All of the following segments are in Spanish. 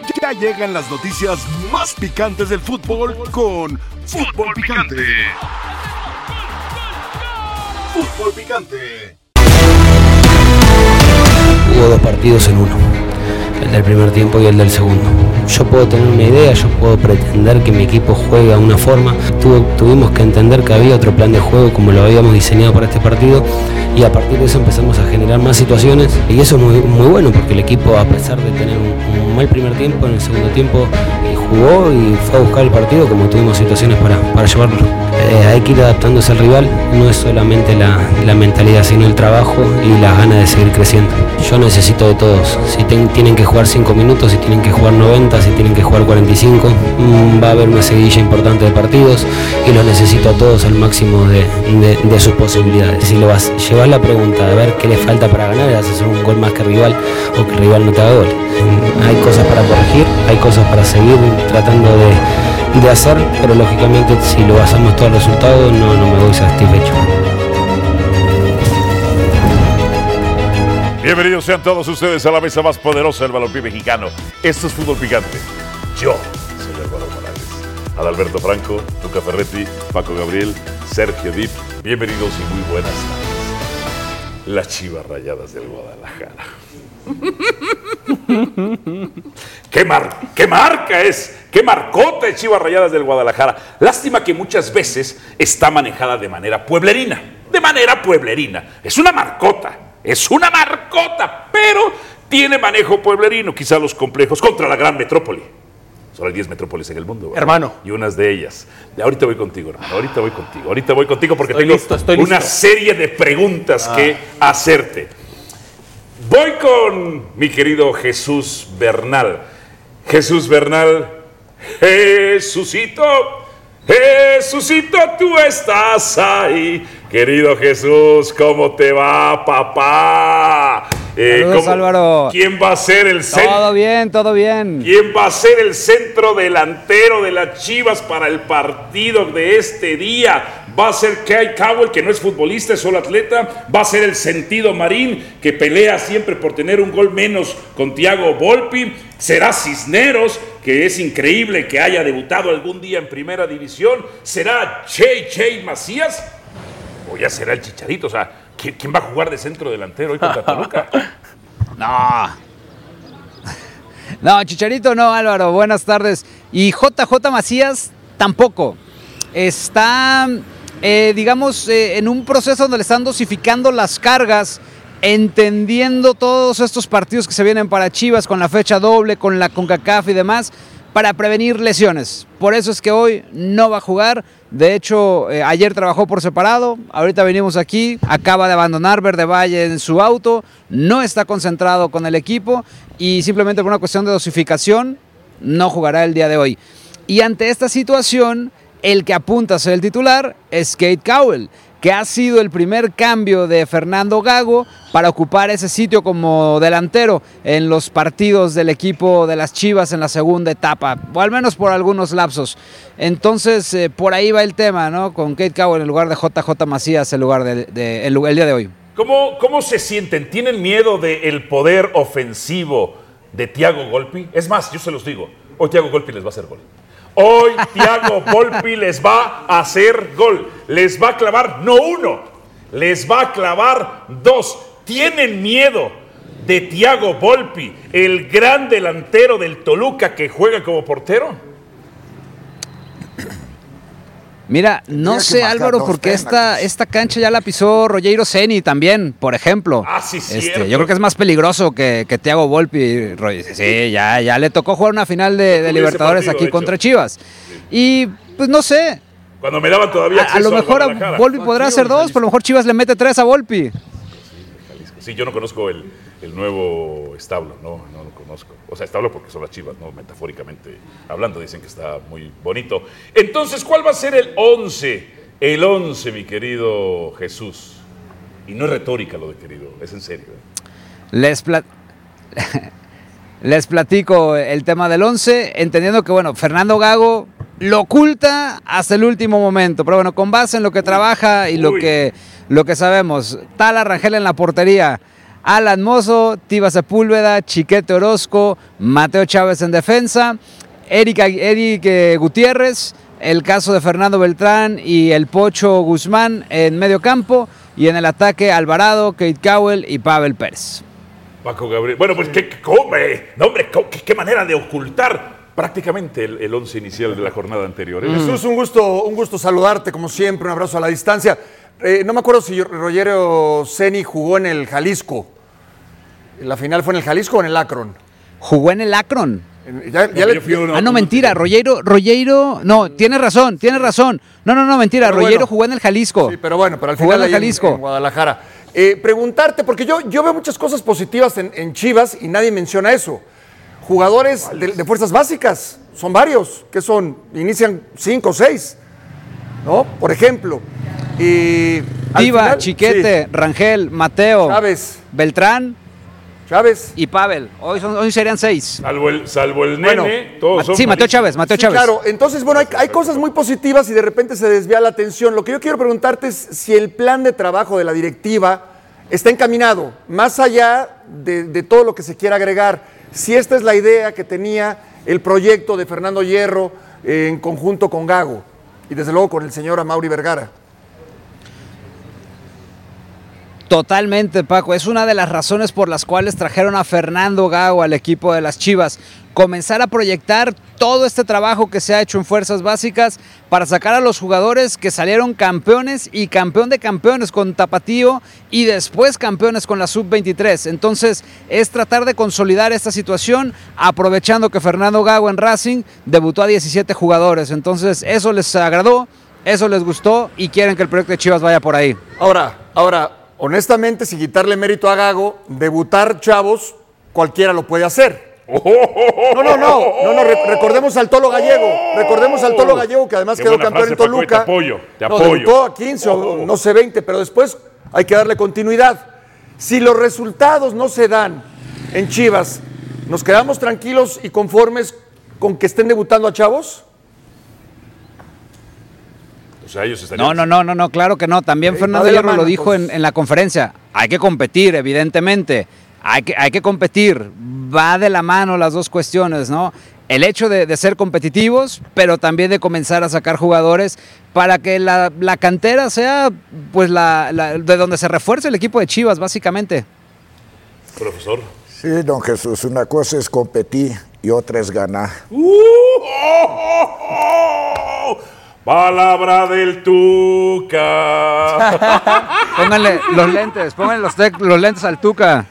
Ya llegan las noticias más picantes del fútbol con Fútbol Picante. Fútbol Picante. Hubo dos partidos en uno, el del primer tiempo y el del segundo. Yo puedo tener una idea, yo puedo pretender que mi equipo juegue a una forma. Tuvimos que entender que había otro plan de juego como lo habíamos diseñado para este partido, y a partir de eso empezamos a generar más situaciones, y eso es muy bueno porque el equipo, a pesar de tener un mal primer tiempo, en el segundo tiempo jugó y fue a buscar el partido como tuvimos situaciones para llevarlo. Hay que ir adaptándose al rival, no es solamente la mentalidad sino el trabajo y las ganas de seguir creciendo. Yo necesito de todos, si tienen que jugar 5 minutos, si tienen que jugar 90, si tienen que jugar 45, va a haber una seguidilla importante de partidos y los necesito a todos al máximo de sus posibilidades. Si lo vas, llevas la pregunta de ver qué le falta para ganar, le vas a hacer un gol más que el rival o que el rival no te haga gol. Hay cosas para corregir, hay cosas para seguir tratando de hacer, pero lógicamente si lo basamos todo el resultado no me voy satisfecho. Bienvenidos sean todos ustedes a la mesa más poderosa del balompié mexicano. Esto es Fútbol Picante. Yo soy Álvaro Morales. Adalberto Franco, Tuca Ferretti, Paco Gabriel, Sergio Dip. Bienvenidos y muy buenas tardes. Las Chivas Rayadas del Guadalajara. ¿Qué marca es? ¿Qué marcota es Chivas Rayadas del Guadalajara? Lástima que muchas veces está manejada de manera pueblerina. Es una marcota, pero tiene manejo pueblerino. Quizá los complejos contra la gran metrópoli. Solo hay 10 metrópolis en el mundo, ¿verdad? Hermano. Y unas de ellas. Ahorita voy contigo, hermano. Ahorita voy contigo porque tengo una serie de preguntas que hacerte. Voy con mi querido Jesús Bernal. Jesucito, tú estás ahí. Querido Jesús, ¿cómo te va, papá? Saludos, Álvaro. ¿Quién va a ser el centro? Todo bien. ¿Quién va a ser el centro delantero de las Chivas para el partido de este día? ¿Va a ser Kai Cowell, que no es futbolista, es solo atleta? ¿Va a ser el Sentido Marín, que pelea siempre por tener un gol menos con Thiago Volpi? ¿Será Cisneros, que es increíble que haya debutado algún día en Primera División? ¿Será Che Macías? ¿O ya será el Chicharito? O sea, ¿quién va a jugar de centro delantero hoy contra Toluca? No, Chicharito no, Álvaro, buenas tardes. Y JJ Macías tampoco. Está, en un proceso donde le están dosificando las cargas, entendiendo todos estos partidos que se vienen para Chivas con la fecha doble, con la CONCACAF y demás, para prevenir lesiones. Por eso es que hoy no va a jugar. De hecho, ayer trabajó por separado, ahorita venimos aquí, acaba de abandonar Verde Valle en su auto, no está concentrado con el equipo y simplemente por una cuestión de dosificación no jugará el día de hoy. Y ante esta situación, el que apunta a ser el titular es Kate Cowell, que ha sido el primer cambio de Fernando Gago para ocupar ese sitio como delantero en los partidos del equipo de las Chivas en la segunda etapa, o al menos por algunos lapsos. Entonces, por ahí va el tema, ¿no? Con Kate Cowell en lugar de JJ Macías el día de hoy. ¿Cómo se sienten? ¿Tienen miedo del poder ofensivo de Thiago Volpi? Es más, yo se los digo, hoy Thiago Volpi les va a hacer gol. Hoy Thiago Volpi les va a hacer gol. Les va a clavar, no uno, les va a clavar dos. ¿Tienen miedo de Thiago Volpi, el gran delantero del Toluca que juega como portero? Mira, no sé, Álvaro, porque esta cancha ya la pisó Rogério Ceni también, por ejemplo. Sí, cierto. Yo creo que es más peligroso que Thiago Volpi. Sí, ya le tocó jugar una final de Libertadores aquí contra Chivas. Sí. Y, pues, no sé. Cuando me daban todavía acceso a lo mejor a Volpi podrá hacer dos, pero a lo mejor Chivas le mete 3 a Volpi. Sí, yo no conozco el nuevo establo, no lo conozco. O sea, establo porque son las Chivas, ¿no? Metafóricamente hablando, dicen que está muy bonito. Entonces, ¿cuál va a ser el 11? El 11, mi querido Jesús. Y no es retórica lo de querido, es en serio. Les platico el tema del 11, entendiendo que, bueno, Fernando Gago lo oculta hasta el último momento, pero bueno, con base en lo que trabaja y lo que sabemos, Tala Rangel en la portería, Alan Mozo, Tiva Sepúlveda, Chiquete Orozco, Mateo Chávez en defensa, Eric Gutiérrez, el caso de Fernando Beltrán y el Pocho Guzmán en medio campo, y en el ataque Alvarado, Kate Cowell y Pavel Pérez. Paco Gabriel. Bueno, pues qué manera de ocultar prácticamente el once inicial de la jornada anterior. Jesús, un gusto saludarte, como siempre, un abrazo a la distancia. No me acuerdo si Rogerio Ceni jugó en el Jalisco. ¿La final fue en el Jalisco o en el Akron? Jugó en el Akron. No, mentira, Rogeiro, no, tienes razón. No, mentira, pero Rogeiro jugó en el Jalisco. Sí, pero al final ahí en Guadalajara. Preguntarte, porque yo veo muchas cosas positivas en Chivas y nadie menciona eso. Jugadores de fuerzas básicas, son varios, que inician 5 o 6, ¿no? Por ejemplo. Tiva, Chiquete, sí. Rangel, Mateo, Chávez, Beltrán, Chávez y Pavel. Hoy serían 6. Salvo el nene, todos son. Sí, Mateo Chávez. Claro, entonces, hay cosas muy positivas y de repente se desvía la atención. Lo que yo quiero preguntarte es si el plan de trabajo de la directiva está encaminado, más allá de todo lo que se quiera agregar. Si esta es la idea que tenía el proyecto de Fernando Hierro en conjunto con Gago y desde luego con el señor Amaury Vergara. Totalmente, Paco. Es una de las razones por las cuales trajeron a Fernando Gago al equipo de las Chivas. Comenzar a proyectar todo este trabajo que se ha hecho en fuerzas básicas para sacar a los jugadores que salieron campeones y campeón de campeones con Tapatío y después campeones con la Sub-23. Entonces es tratar de consolidar esta situación aprovechando que Fernando Gago en Racing debutó a 17 jugadores. Entonces eso les agradó, eso les gustó y quieren que el proyecto de Chivas vaya por ahí. Ahora, honestamente, sin quitarle mérito a Gago, debutar chavos, cualquiera lo puede hacer. No, recordemos al Tolo Gallego, que además quedó campeón en Toluca. Te apoyo. Debutó a 15 o no sé 20, pero después hay que darle continuidad. Si los resultados no se dan en Chivas, ¿nos quedamos tranquilos y conformes con que estén debutando a chavos? O sea, ellos estarían... No, claro que no. También Fernando Hierro lo dijo en la conferencia. Hay que competir, evidentemente. Hay que competir. Va de la mano las dos cuestiones, ¿no? El hecho de ser competitivos, pero también de comenzar a sacar jugadores para que la cantera sea pues de donde se refuerce el equipo de Chivas, básicamente. Profesor. Sí, don Jesús, una cosa es competir y otra es ganar. Palabra del Tuca. Pónganle los lentes al Tuca.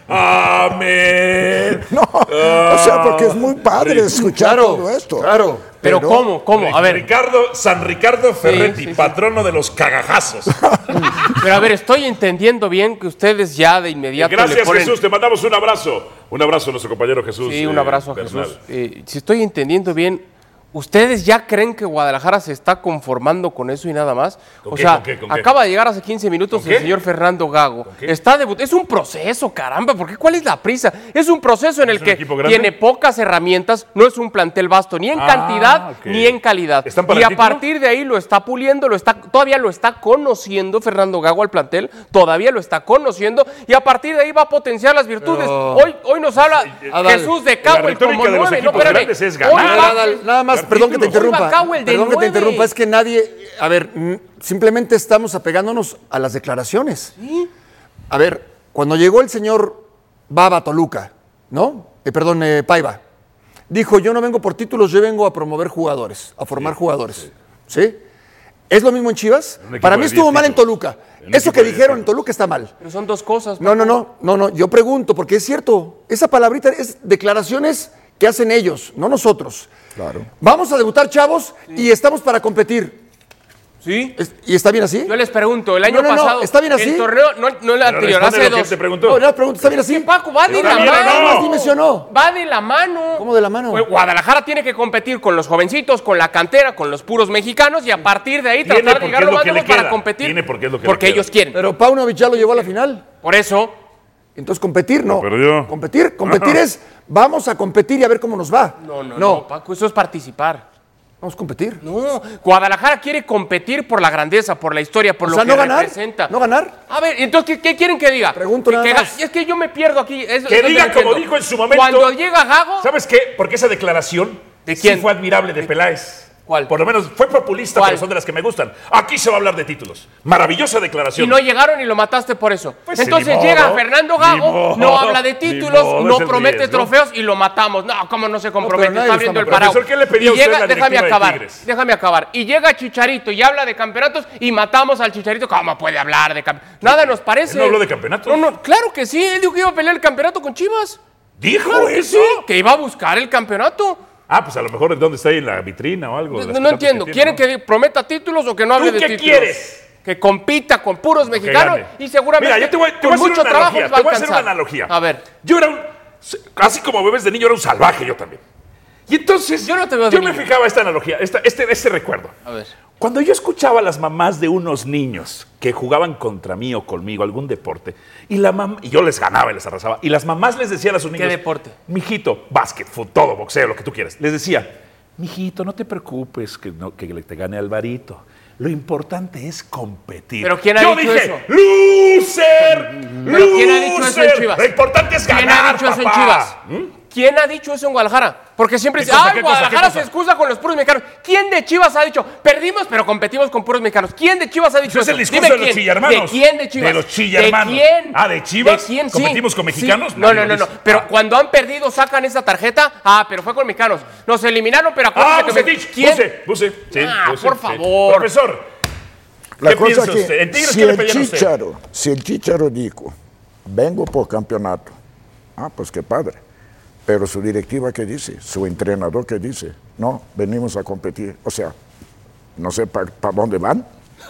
Amén. No, o sea, porque es muy padre escuchar todo esto. Claro. Pero ¿cómo? A ver. San Ricardo Ferretti, sí. patrono de los cagajazos. Pero a ver, estoy entendiendo bien que ustedes ya de inmediato Gracias, le ponen... Jesús, te mandamos un abrazo. Un abrazo a nuestro compañero Jesús. Sí, un abrazo a Bernal. Jesús. Si estoy entendiendo bien, ¿ustedes ya creen que Guadalajara se está conformando con eso y nada más? ¿Con O qué, sea, con qué? acaba de llegar hace 15 minutos el señor Fernando Gago. Está es un proceso, caramba, porque ¿cuál es la prisa? Es un proceso en el que tiene pocas herramientas, no es un plantel vasto, ni en cantidad ni en calidad. Y a partir de ahí lo está puliendo, todavía lo está conociendo Fernando Gago al plantel, todavía lo está conociendo, y a partir de ahí va a potenciar las virtudes. Hoy nos habla Jesús de Cowell como 9. No, espérame. Es ganar. Nada más, perdón que te interrumpa, es que nadie, simplemente estamos apegándonos a las declaraciones. ¿Sí? A ver, cuando llegó el señor Baba a Toluca, ¿no? Paiva, dijo, yo no vengo por títulos, yo vengo a promover jugadores, a formar jugadores. ¿Sí? ¿Es lo mismo en Chivas? Para mí estuvo mal en Toluca. Eso que dijeron en Toluca está mal. Pero son dos cosas. No, yo pregunto, porque es cierto, esa palabrita es declaraciones que hacen ellos, no nosotros. Claro. Vamos a debutar, chavos, y estamos para competir. ¿Sí? ¿Y está bien así? Yo les pregunto, el año pasado, ¿está bien así? el torneo, no el anterior, hace 2. Te preguntó. No, pregunto, ¿está bien así? Sí, Paco, va de la bien, mano. Nada más dimensionó. Va de la mano. ¿Cómo de la mano? Pues Guadalajara tiene que competir con los jovencitos, con la cantera, con los puros mexicanos y a partir de ahí tratar de llegar lo más lejos para competir. Tiene porque es lo que porque le queda. ellos quieren. Pero Paunovic ya lo llevó a la final. Por eso. Entonces competir no. Perdió. Competir es vamos a competir y a ver cómo nos va. No, Paco, eso es participar. Vamos a competir. No, Guadalajara quiere competir por la grandeza, por la historia, por O lo sea, que no ganar, representa. ¿no ganar? A ver, entonces, ¿qué quieren que diga? Pregunto nada más. Es que yo me pierdo aquí. Que diga como dijo en su momento. Cuando llega Gago... ¿Sabes qué? Porque esa declaración ¿De quién? sí fue admirable de Peláez. ¿Cuál? Por lo menos fue populista, ¿Cuál? pero son de las que me gustan. Aquí se va a hablar de títulos. Maravillosa declaración. Y no llegaron y lo mataste por eso. Pues entonces ni llega modo, Fernando ni Gago, modo, no habla de ni títulos, modo, no es el promete riesgo. trofeos y lo matamos. No, ¿cómo no se compromete? nadie Está lo abriendo el está paraguas. Profesor, ¿qué le pedía Y usted llega, a la directiva de Tigres? déjame acabar. Y llega Chicharito y habla de campeonatos y matamos al Chicharito. ¿Cómo puede hablar de campeonatos? Nada nos parece. ¿Él no habló de campeonatos? No, claro que sí. Él dijo que iba a pelear el campeonato con Chivas. ¿Dijo Claro que eso? sí, que iba a buscar el campeonato. Ah, pues a lo mejor es donde está ahí en la vitrina o algo. de las No cosas entiendo. que ¿Quieren tiene, que prometa títulos o que no hable ¿Tú de qué títulos? quieres? Que compita con puros ¿no? Que mexicanos gane. y seguramente Mira, yo te voy a con hacer mucho una trabajo analogía. les va Te voy a hacer una alcanzar. analogía. A ver. Yo era así como bebés de niño, era un salvaje yo también. Y entonces, Yo no te veo de yo me niño. fijaba esta analogía, este recuerdo. A ver. Cuando yo escuchaba a las mamás de unos niños que jugaban contra mí o conmigo algún deporte, y yo les ganaba y les arrasaba, y las mamás les decían a sus niños, deporte? Mijito, básquet, fútbol, todo, boxeo, lo que tú quieras. Les decía, mijito, no te preocupes que te gane Alvarito. Lo importante es competir. ¿Pero quién ha Yo dicho dije, eso? ¡Loser! ¿Pero quién ha dicho eso en Chivas? Lo importante es ganar, ¿Quién ha dicho eso en papá. Chivas? ¿Quién ha dicho eso en Guadalajara? Porque siempre ¿Qué dice, cosa, ¡ay, qué cosa, Guadalajara qué cosa? se excusa con los puros mexicanos! ¿Quién de Chivas ha dicho, perdimos pero competimos con puros mexicanos? ¿Quién de Chivas ha dicho Ese es eso? el discurso Dime de los quién. chillermanos. ¿De quién de Chivas? De los chillermanos. ¿De quién? Ah, ¿de Chivas? ¿De quién? Sí. ¿Competimos con mexicanos? Sí. No. Nadie lo dice. Pero Ah. cuando han perdido sacan esa tarjeta. Ah, pero fue con mexicanos. Nos eliminaron, pero Ah, acuérdense que... Bucetich. ¿Quién? Puse. Sí, Ah, puse, por sí. favor. Profesor, La ¿qué cosa piensa que usted? ¿En Tigres si qué le el pedían a usted? Si el Chícharo dijo, vengo por campeonato, pues qué padre. Pero su directiva, ¿qué dice? Su entrenador, ¿qué dice? No, venimos a competir. O sea, no sé para dónde van.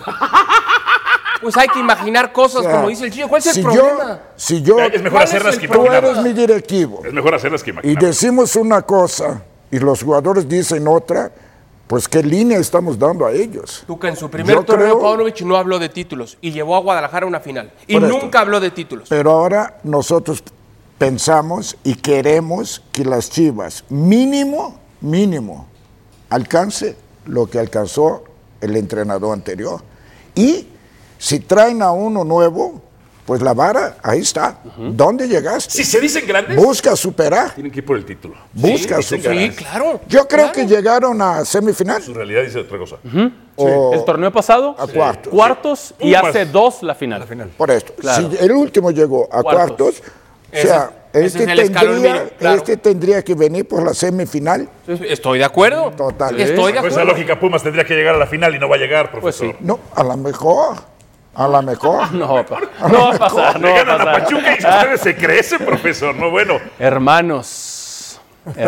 Pues hay que imaginar cosas O sea, como dice el Chillo. ¿Cuál es el si problema? Es mejor ¿Cuál es hacerlas el que tú imaginar. eres mi directivo Es mejor hacerlas que y imaginar. decimos una cosa y los jugadores dicen otra, pues ¿qué línea estamos dando a ellos? Tuca en su primer Yo torneo, creo- Paunovic no habló de títulos y llevó a Guadalajara a una final. Y Por esto. nunca habló de títulos. Pero ahora nosotros pensamos y queremos que las Chivas mínimo alcance lo que alcanzó el entrenador anterior. Y si traen a uno nuevo, pues la vara, ahí está. ¿Dónde llegaste? Si se dicen grandes, Busca superar, tienen que ir por el título. busca Sí, superar. Sí, claro. Yo creo claro. que llegaron a semifinal Su realidad dice otra cosa. o El torneo pasado, a cuartos. cuartos y Pumas. hace 2 la final. Por esto. Claro. Si el último llegó a Cuartos. cuartos, o sea, ese es el escalón mínimo, claro. este tendría que venir por la semifinal. Estoy de acuerdo. Total. Estoy de Con esa acuerdo. lógica, Pumas tendría que llegar a la final y no va a llegar, Pues profesor. sí. No, a lo mejor. No No va a pasar, no Le va a ganan a pasar. Pachuca y ustedes se crecen, profesor. No, bueno. Hermanos.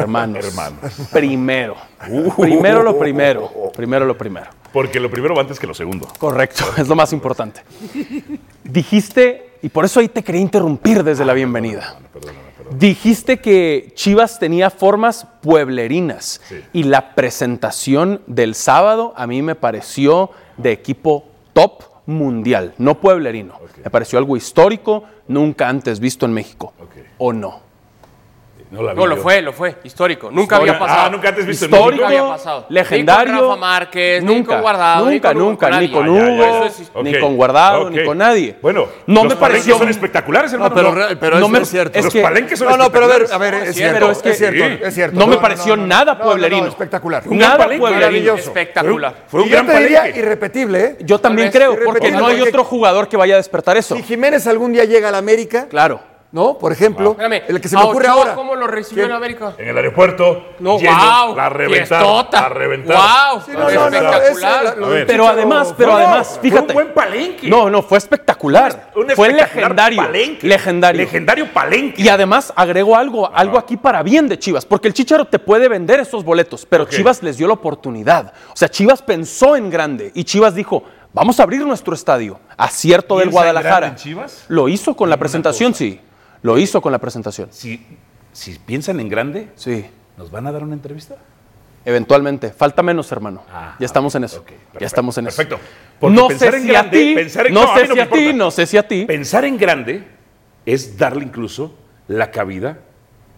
Primero. Primero lo primero. Porque lo primero va antes que lo segundo. Correcto, es lo más importante. Dijiste, y por eso ahí te quería interrumpir desde la bienvenida. Dijiste que Chivas tenía formas pueblerinas y la presentación del sábado a mí me pareció de equipo top mundial, no pueblerino. Me pareció algo histórico, nunca antes visto en México. ¿O no? No la vi No, lo yo. fue, histórico. Nunca había Histórico. pasado. Ah, nunca antes visto en Histórico, Nunca había pasado. legendario. Ni con Rafa Márquez, ni Nunca, con Guardado, ni con nunca, nadie. ni con Ah, ya, Hugo, ya, ya. ni Ok, con Guardado, ok. ni con nadie. Bueno, no los me pareció. palenques son espectaculares, hermano. pero no es- me- es cierto. es Los que- palenques son No, pero espectaculares. a ver, es Sí, cierto, pero es que- es cierto, sí. es cierto. No me pareció nada pueblerino. espectacular. Un gran Nada palenque. pueblerino. Maravilloso. Espectacular. Fue un Y yo gran te diría palenque. irrepetible, ¿eh? Yo también Tal vez, creo, porque irrepetible, no hay porque- otro jugador que vaya a despertar eso. Si Jiménez algún día llega a la América, Claro. ¿no? Por ejemplo, Espérame, el que se me ¿a ocurre Ochoa ahora. ¿Cómo lo recibió en ¿Quién? América? En el aeropuerto. No, lleno, wow. La reventar. Fiestota. La reventar. Wow. Sí, no, Espectacular. lo A del ver. Pero además, Fue fíjate. un buen palenque. No, fue espectacular. Un Fue espectacular legendario. palenque. Legendario. Legendario palenque. Y además agregó algo aquí para bien de Chivas, porque el Chícharo te puede vender esos boletos, pero Ok. Chivas les dio la oportunidad. O sea, Chivas pensó en grande y Chivas dijo, vamos a abrir nuestro estadio. Acierto del ¿Piensa en Guadalajara. grande en Chivas? Lo hizo con la Dime una presentación, cosa. sí. Lo hizo con la presentación. Si piensan en grande, Sí. ¿nos van a dar una entrevista? Eventualmente. Falta menos, hermano. Ya estamos en eso. ok, perfecto, Ya estamos en perfecto. eso. Porque No pensar sé en si a grande, ti, pensar en- no no, a mí sé no si me a ti, importa. no sé si a ti. Pensar en grande es darle incluso la cabida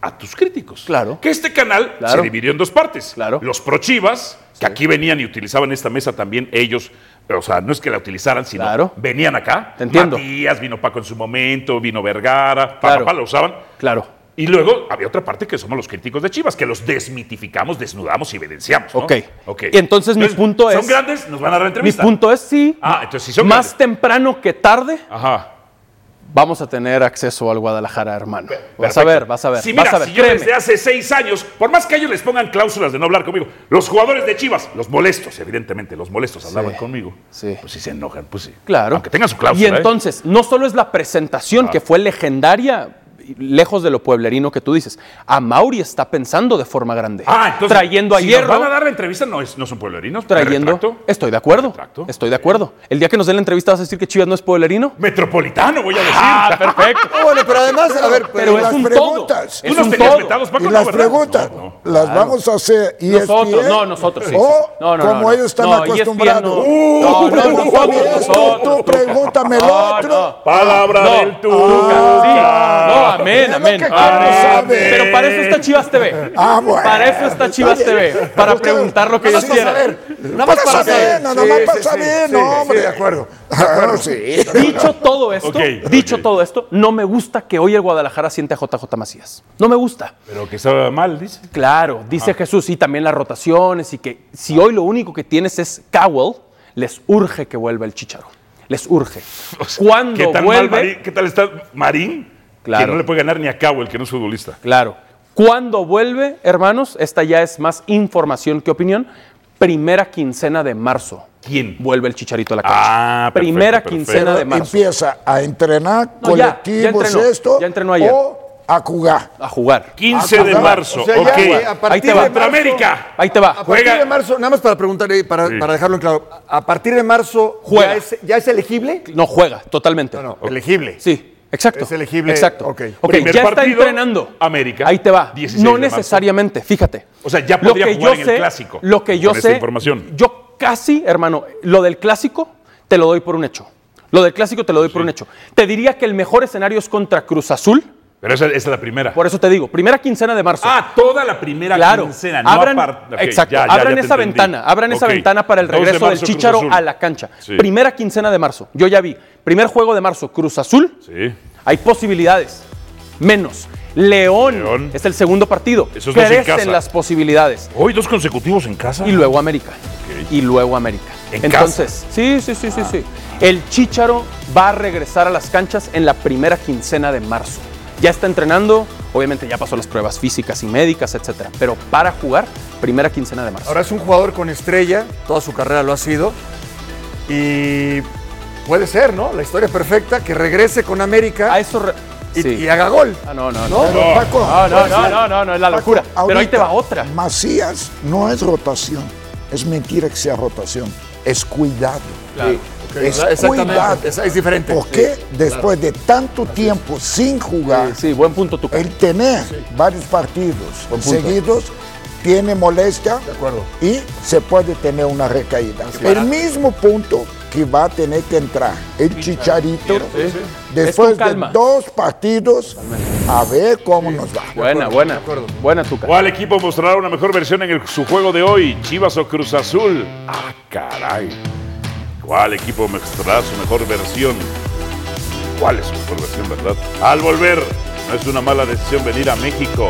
a tus críticos. Claro. Que este canal se dividió en dos partes. Claro. Los pro Chivas, que aquí venían y utilizaban esta mesa también ellos. O sea, no es que la utilizaran, sino venían acá. Te entiendo. Matías, vino Paco en su momento, vino Vergara, la usaban. Claro. Y luego había otra parte que somos los críticos de Chivas, que los desmitificamos, desnudamos y evidenciamos, ¿no? Ok. Y entonces mi punto es... ¿Son grandes? ¿Nos van a dar entrevista? Mi punto es sí. Entonces sí son más grandes. temprano que tarde. Ajá. Vamos a tener acceso al Guadalajara, hermano. Vas Perfecto. a ver, vas a ver. Sí, mira, vas a ver. si yo desde hace 6 años, por más que ellos les pongan cláusulas de no hablar conmigo, los jugadores de Chivas, los molestos, evidentemente, los molestos hablaban conmigo. Sí. Pues si se enojan, pues sí. Claro. Aunque tengan su cláusula. Y entonces, no solo es la presentación que fue legendaria, lejos de lo pueblerino que tú dices. Amaury está pensando de forma grande. Entonces, trayendo a si Hierro. nos van a dar la entrevista, no son pueblerinos. Trayendo. Estoy de acuerdo. Estoy de acuerdo. El día que nos den la entrevista vas a decir que Chivas no es pueblerino. Metropolitano, voy a decir. Perfecto. Bueno, pero además, a ver, pero es un todo. ¿Tú nos tenías metados, Paco? Y las preguntas las vamos a hacer nosotros sí. O como ellos están acostumbrados. Tú pregúntame el otro. Palabra del Tuca. No, amén. Pero para eso está Chivas TV. Bueno. Para eso está Chivas TV. Para preguntar lo que ellos quieran. Nada más para saber. Nada más pasa bien, hombre. De acuerdo. Dicho todo esto, no me gusta que hoy el Guadalajara siente a JJ Macías. No me gusta. Pero que estaba mal, dice. Claro, dice Jesús, y también las rotaciones, y que si hoy lo único que tienes es Cowell, les urge que vuelva el Chicharo. Les urge. Cuando vuelve... ¿Qué tal está Marín? Claro. Que no le puede ganar ni a Cowell, que no es futbolista. Claro. Cuando vuelve, hermanos, esta ya es más información que opinión, primera quincena de marzo. ¿Quién? Vuelve el Chicharito a la cancha. Primera quincena de marzo. Empieza a entrenar colectivos, ya entrenó ayer. O a jugar. A jugar. 15 de marzo. O sea, ok. Ahí te va. Contra América. Ahí te va. A partir de marzo, nada más para preguntar, para dejarlo en claro, ¿a partir de marzo ya es elegible? No, juega, totalmente. No, elegible. Sí. Exacto. Es elegible. Exacto. Ok. Primer ya está partido, entrenando. América. Ahí te va. 16 No de marzo. necesariamente, fíjate. O sea, ya podría jugar en el clásico. Lo que yo con esa sé, información. yo casi, hermano, lo del clásico te lo doy por un hecho. Lo del clásico te lo doy por un hecho. Te diría que el mejor escenario es contra Cruz Azul. Pero esa es la primera. Por eso te digo, primera quincena de marzo. Toda la primera quincena. No exacto, abran esa ventana. Abran esa ventana para el regreso del Chícharo a la cancha. Sí. Primera quincena de marzo. Yo ya vi. Primer juego de marzo, Cruz Azul. Sí. Hay posibilidades. Menos. León es el segundo partido. Esos dos en casa. Crecen las posibilidades. Hoy 2 consecutivos en casa. Y luego América. Y luego América. Entonces, sí. El Chícharo va a regresar a las canchas en la primera quincena de marzo. Ya está entrenando, obviamente ya pasó las pruebas físicas y médicas, etcétera. Pero para jugar, primera quincena de marzo. Ahora es un jugador con estrella, toda su carrera lo ha sido. Y puede ser, ¿no? La historia perfecta, que regrese con América. A eso y haga gol. No, Paco, es la locura. Paco, pero ahí te va otra. Macías no es rotación. Es mentira que sea rotación. Es cuidado. Claro. Es cuidado. Es diferente. Porque después de tanto tiempo sin jugar, sí, buen punto tú. El tener varios partidos seguidos tiene molestia y se puede tener una recaída. El mismo punto que va a tener que entrar el Chicharito después de 2 partidos a ver cómo nos va. Buena Tuca. ¿Cuál equipo mostrará una mejor versión en su juego de hoy? ¿Chivas o Cruz Azul? Caray. ¿Cuál equipo mostrará su mejor versión? ¿Cuál es su mejor versión, verdad? Al volver, no es una mala decisión venir a México.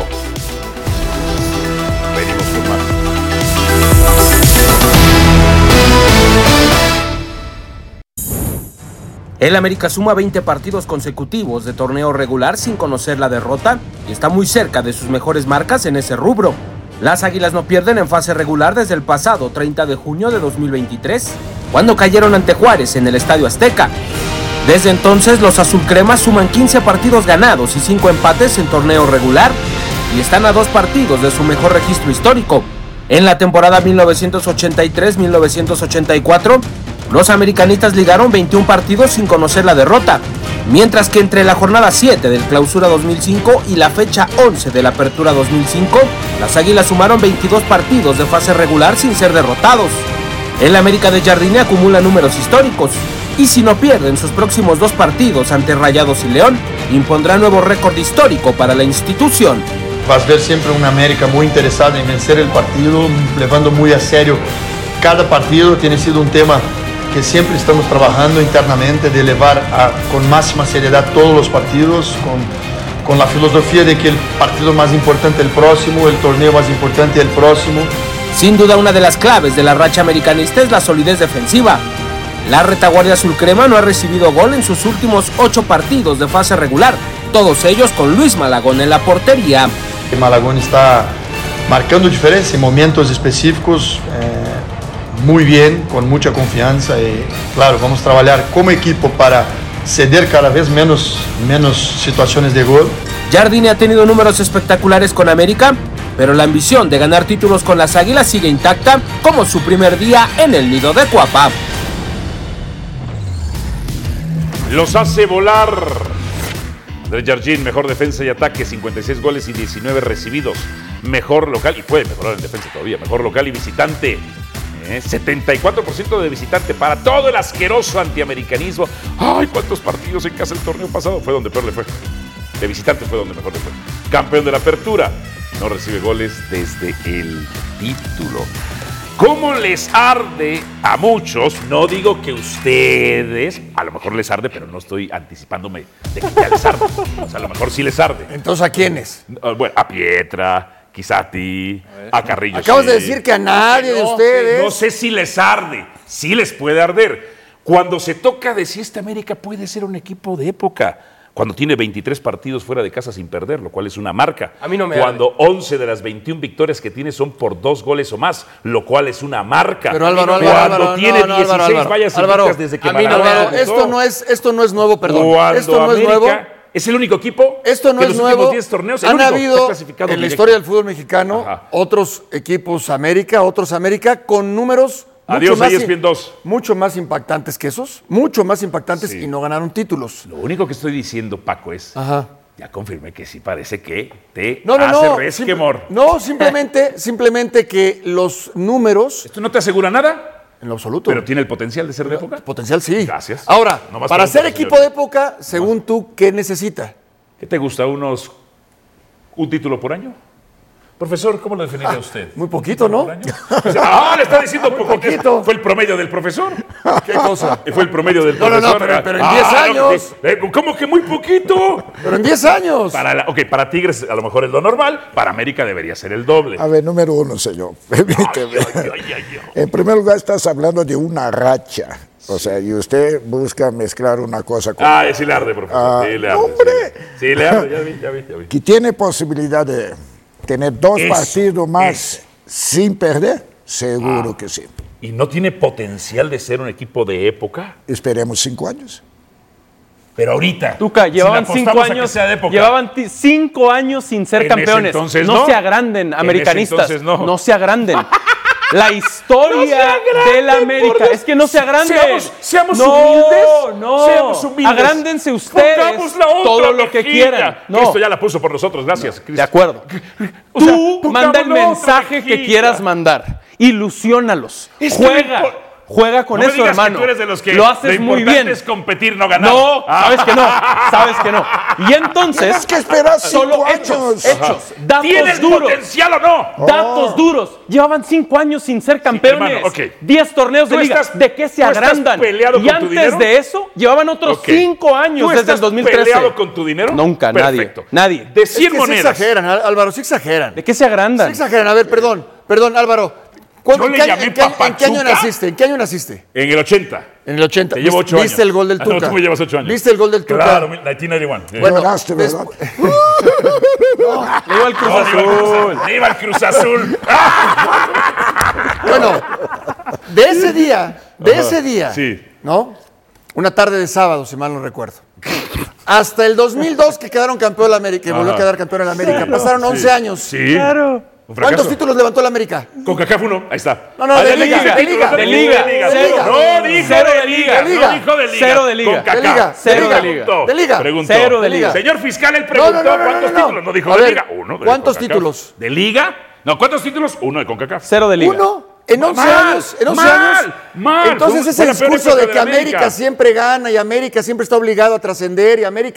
Venimos con más. El América suma 20 partidos consecutivos de torneo regular sin conocer la derrota y está muy cerca de sus mejores marcas en ese rubro. Las Águilas no pierden en fase regular desde el pasado 30 de junio de 2023, cuando cayeron ante Juárez en el Estadio Azteca. Desde entonces, los azulcremas suman 15 partidos ganados y 5 empates en torneo regular y están a 2 partidos de su mejor registro histórico. En la temporada 1983-1984, los americanistas ligaron 21 partidos sin conocer la derrota, mientras que entre la jornada 7 del Clausura 2005 y la fecha 11 de la Apertura 2005, las Águilas sumaron 22 partidos de fase regular sin ser derrotados. El América de Jardine acumula números históricos, y si no pierden sus próximos 2 partidos ante Rayados y León, impondrá nuevo récord histórico para la institución. vas a ver siempre una América muy interesada en vencer el partido, llevando muy a serio cada partido. Tiene sido un tema que siempre estamos trabajando internamente, de llevar con máxima seriedad todos los partidos, con la filosofía de que el partido más importante el próximo, el torneo más importante el próximo. Sin duda, una de las claves de la racha americanista es la solidez defensiva. La retaguardia azulcrema no ha recibido gol en sus últimos 8 partidos de fase regular, todos ellos con Luis Malagón en la portería. Malagón está marcando diferencia en momentos específicos, muy bien, con mucha confianza, y claro, vamos a trabajar como equipo para ceder cada vez menos situaciones de gol. Jardine ha tenido números espectaculares con América, pero la ambición de ganar títulos con las Águilas sigue intacta, como su primer día en el nido de Cuapa. Los hace volar. Andrés Jardine, mejor defensa y ataque, 56 goles y 19 recibidos. Mejor local, y puede mejorar en defensa todavía, mejor local y visitante. 74% de visitante para todo el asqueroso antiamericanismo. Ay, cuántos partidos en casa el torneo pasado. Fue donde peor le fue. De visitante fue donde mejor le fue. Campeón de la apertura. No recibe goles desde el título. ¿Cómo les arde a muchos? No digo que ustedes, a lo mejor les arde, pero no estoy anticipándome de que ya les arde. O sea, a lo mejor sí les arde. Entonces, ¿a quiénes? Bueno, a Pietra, quizá a ti, a Carrillo. Acabas de decir que a nadie de ustedes. No sé si les arde, sí les puede arder. Cuando se toca de si esta América puede ser un equipo de época, cuando tiene 23 partidos fuera de casa sin perder, lo cual es una marca. A mí no me Cuando 11 de las 21 victorias que tiene son por 2 goles o más, lo cual es una marca. Pero Álvaro, cuando tiene 16 vallas invictas desde que Álvaro, esto no es nuevo, perdón. Cuando esto no América es nuevo. Es el único equipo Esto no que es los nuevo. últimos 10 torneos, el Han único, habido está clasificado en la directo. historia del fútbol mexicano otros equipos América, con números Adiós, ESPN 2. mucho más impactantes que esos, mucho más impactantes, y no ganaron títulos. Lo único que estoy diciendo, Paco, es, ya confirmé que sí parece que te No, hace resquemor. No, simplemente que los números... ¿Esto no te asegura nada? En lo absoluto. ¿Pero tiene el potencial de ser de época? Potencial sí. Gracias. Ahora, No más para ser preguntas, equipo de época, según tú, ¿qué necesita? ¿Qué te gusta? ¿Un título por año? Profesor, ¿cómo lo definiría usted? Muy poquito, ¿no? Le está diciendo poquito. Fue el promedio del profesor. ¿Qué cosa? Fue el promedio del profesor. Pero en 10 años. ¿Cómo que muy poquito? Pero en 10 años. Para Tigres a lo mejor es lo normal, para América debería ser el doble. A ver, número uno, señor. Permíteme. En primer lugar, estás hablando de una racha. O sea, y usted busca mezclar una cosa con otra. Sí le arde, profesor. Sí le arde. ¡Hombre! Sí le arde, ya vi. Que tiene posibilidad de tener 2 partidos más sin perder, seguro que sí. ¿Y no tiene potencial de ser un equipo de época? Esperemos 5 años. Pero ahorita. Tuca, llevaban 5 años. Llevaban 5 años sin ser campeones. Entonces no se agranden, americanistas. No se agranden. La historia de la América es que no se agranden. Seamos humildes. Seamos humildes. Agrándense ustedes todo lo que quieran. Cristo ya la puso por nosotros, gracias. Cristo. De acuerdo. Tú manda el mensaje que quieras mandar. Ilusiónalos. Juega con eso, hermano. Que tú eres de los que lo haces muy bien. Es competir, no ganar. No, sabes que no. Y entonces, tienes que esperar 5 solo años. hechos, datos ¿Tienes duros. potencial o no? Datos duros. Llevaban 5 años sin ser campeones. Hermano, 10 torneos de liga. ¿De qué se agrandan? Y antes de eso, llevaban otros 5 años desde el 2013. ¿Estás peleado con tu dinero? Nunca, Perfecto. nadie. De 100 monedas. Sí exageran, Álvaro, sí exageran. ¿De qué se agrandan? Sí exageran. A ver, perdón, Álvaro. Yo le llamé Papachuca. ¿En qué año naciste? ¿En qué año naciste? En el 80. En el 80. Te llevo 8 años. ¿Viste el gol del Tuca? No, tú me llevas 8 años. ¿Viste el gol del Tuca? Claro, 1991. Bueno, Lloraste, ¿verdad? Le iba al Cruz Azul. Le iba al Cruz Azul. Bueno, de ese día, Sí. ¿no? Una tarde de sábado, si mal no recuerdo. Hasta el 2002 que quedaron campeón la América, que volvió a quedar campeón en la América. Pasaron 11 años. Sí. Claro. ¿Cuántos títulos levantó la América? CONCACAF 1, ahí está. No, de liga. Cero de liga. Cero de liga. No dijo de liga. Cero de liga. CONCACAF. Cero de liga. De liga. Preguntó. Cero de liga. Señor fiscal, él preguntó cuántos títulos. No dijo A de ver, liga. Uno. de ¿cuántos CONCACAF. títulos? ¿De liga? No, ¿cuántos títulos? Uno de CONCACAF. Cero de liga. ¿Uno? ¿En 11 años? ¿En 11 años? Mal. Entonces ese Fue la peor discurso época de que América siempre gana y América siempre está obligado a trascender y América...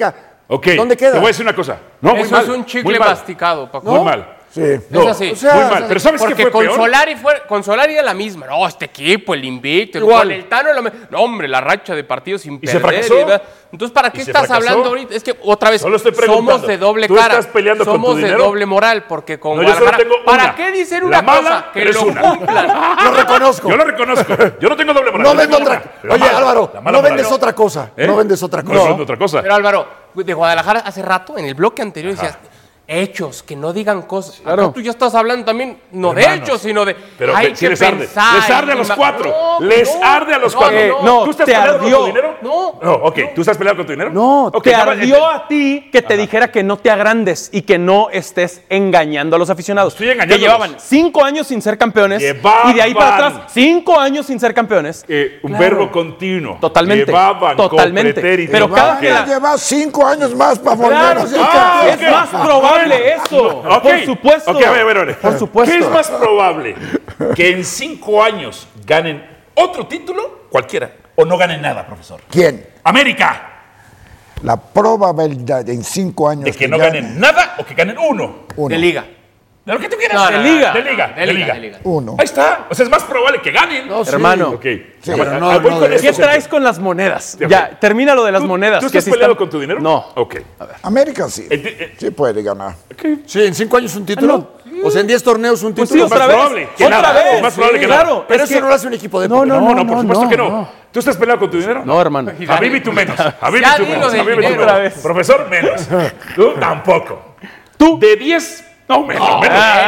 Ok, ¿Dónde queda? Te voy a decir una cosa. No, muy Eso mal, es un muy chicle mal. masticado, Paco. Muy mal. Sí. No, Es así. O sea, muy mal. Pero ¿sabes qué Porque fue con peor? con Solari era la misma. No, este equipo, el invicto, Igual. con el Tano, no, hombre, la racha de partidos sin ¿Y se perder. fracasó? Entonces, ¿para qué ¿Y se estás fracasó? hablando ahorita? Es que, otra vez, Solo estoy preguntando. somos de doble ¿Tú cara. estás peleando con tu somos de dinero? doble moral, porque con No, yo solo Guadalajara... tengo ¿Para una. qué dicen La una mala, cosa? Que pero es lo una. cumplan. Lo reconozco. Yo lo reconozco. Yo no tengo doble moral. No yo vendo tengo otra. una. La Oye, mala. Álvaro, La mala no vendes moral. otra cosa. ¿Eh? No vendes otra No, cosa. vendo otra cosa. Pero Álvaro, de Guadalajara hace rato, en el bloque anterior, decías... Hechos, que no digan cosas. Acá tú ya estás hablando también, no de Hermanos, hechos, sino de. Pero hay sí que les arde. pensar. Les arde a los cuatro. Les arde a los cuatro. no, ¿Tú estás te peleado con ardió. tu dinero? No. No, ok. ¿Tú estás peleado con tu dinero? No, Ok, te nada más, ardió a ti que te dijera que no te agrandes y que no estés engañando a los aficionados. Estoy engañándolos. Que llevaban 5 años sin ser campeones Llevaban. y de ahí para atrás 5 años sin ser campeones. Un Claro. verbo continuo. Totalmente. Llevaban Totalmente. con pretérito. Pero cada que Van a llevar 5 años más para volver Claro, a ser es campeón. más probable eso. Ok. Por supuesto. Ok, a ver. Por supuesto. ¿Qué es más probable? ¿Que en 5 años ganen otro título? Cualquiera. ¿O no ganen nada, profesor? ¿Quién? América. La probabilidad en 5 años ¿De que no ganen nada o que ganen uno? De liga. De lo que tú quieras. No, de no, liga. no, De no, liga. de liga. Uno. Ahí está. O sea, es más probable que ganen. No, sí. Hermano. Ok. Sí, Bueno, pero no, voy no con de esto, ¿Qué Sergio. traes con las monedas? Ok. Ya, termina lo de las monedas. ¿Tú que estás sí peleado están- con tu dinero? No. Ok. América sí. Enti- Sí puede ganar. Sí, en 5 años un título. O sea, en 10 torneos un Pues título. sí, otra vez. probable que Otra nada. vez. Es más probable que nada. Claro. Pero es eso que- no lo hace un equipo de No, época. No, por supuesto que no. no. ¿Tú estás peleado con tu dinero? No, hermano. A mí tú menos. A mí Ya tú dilo menos. del A mí tú dinero. menos. Otra vez. Profesor, menos. Tú tampoco. Tú. De 10. No, menos.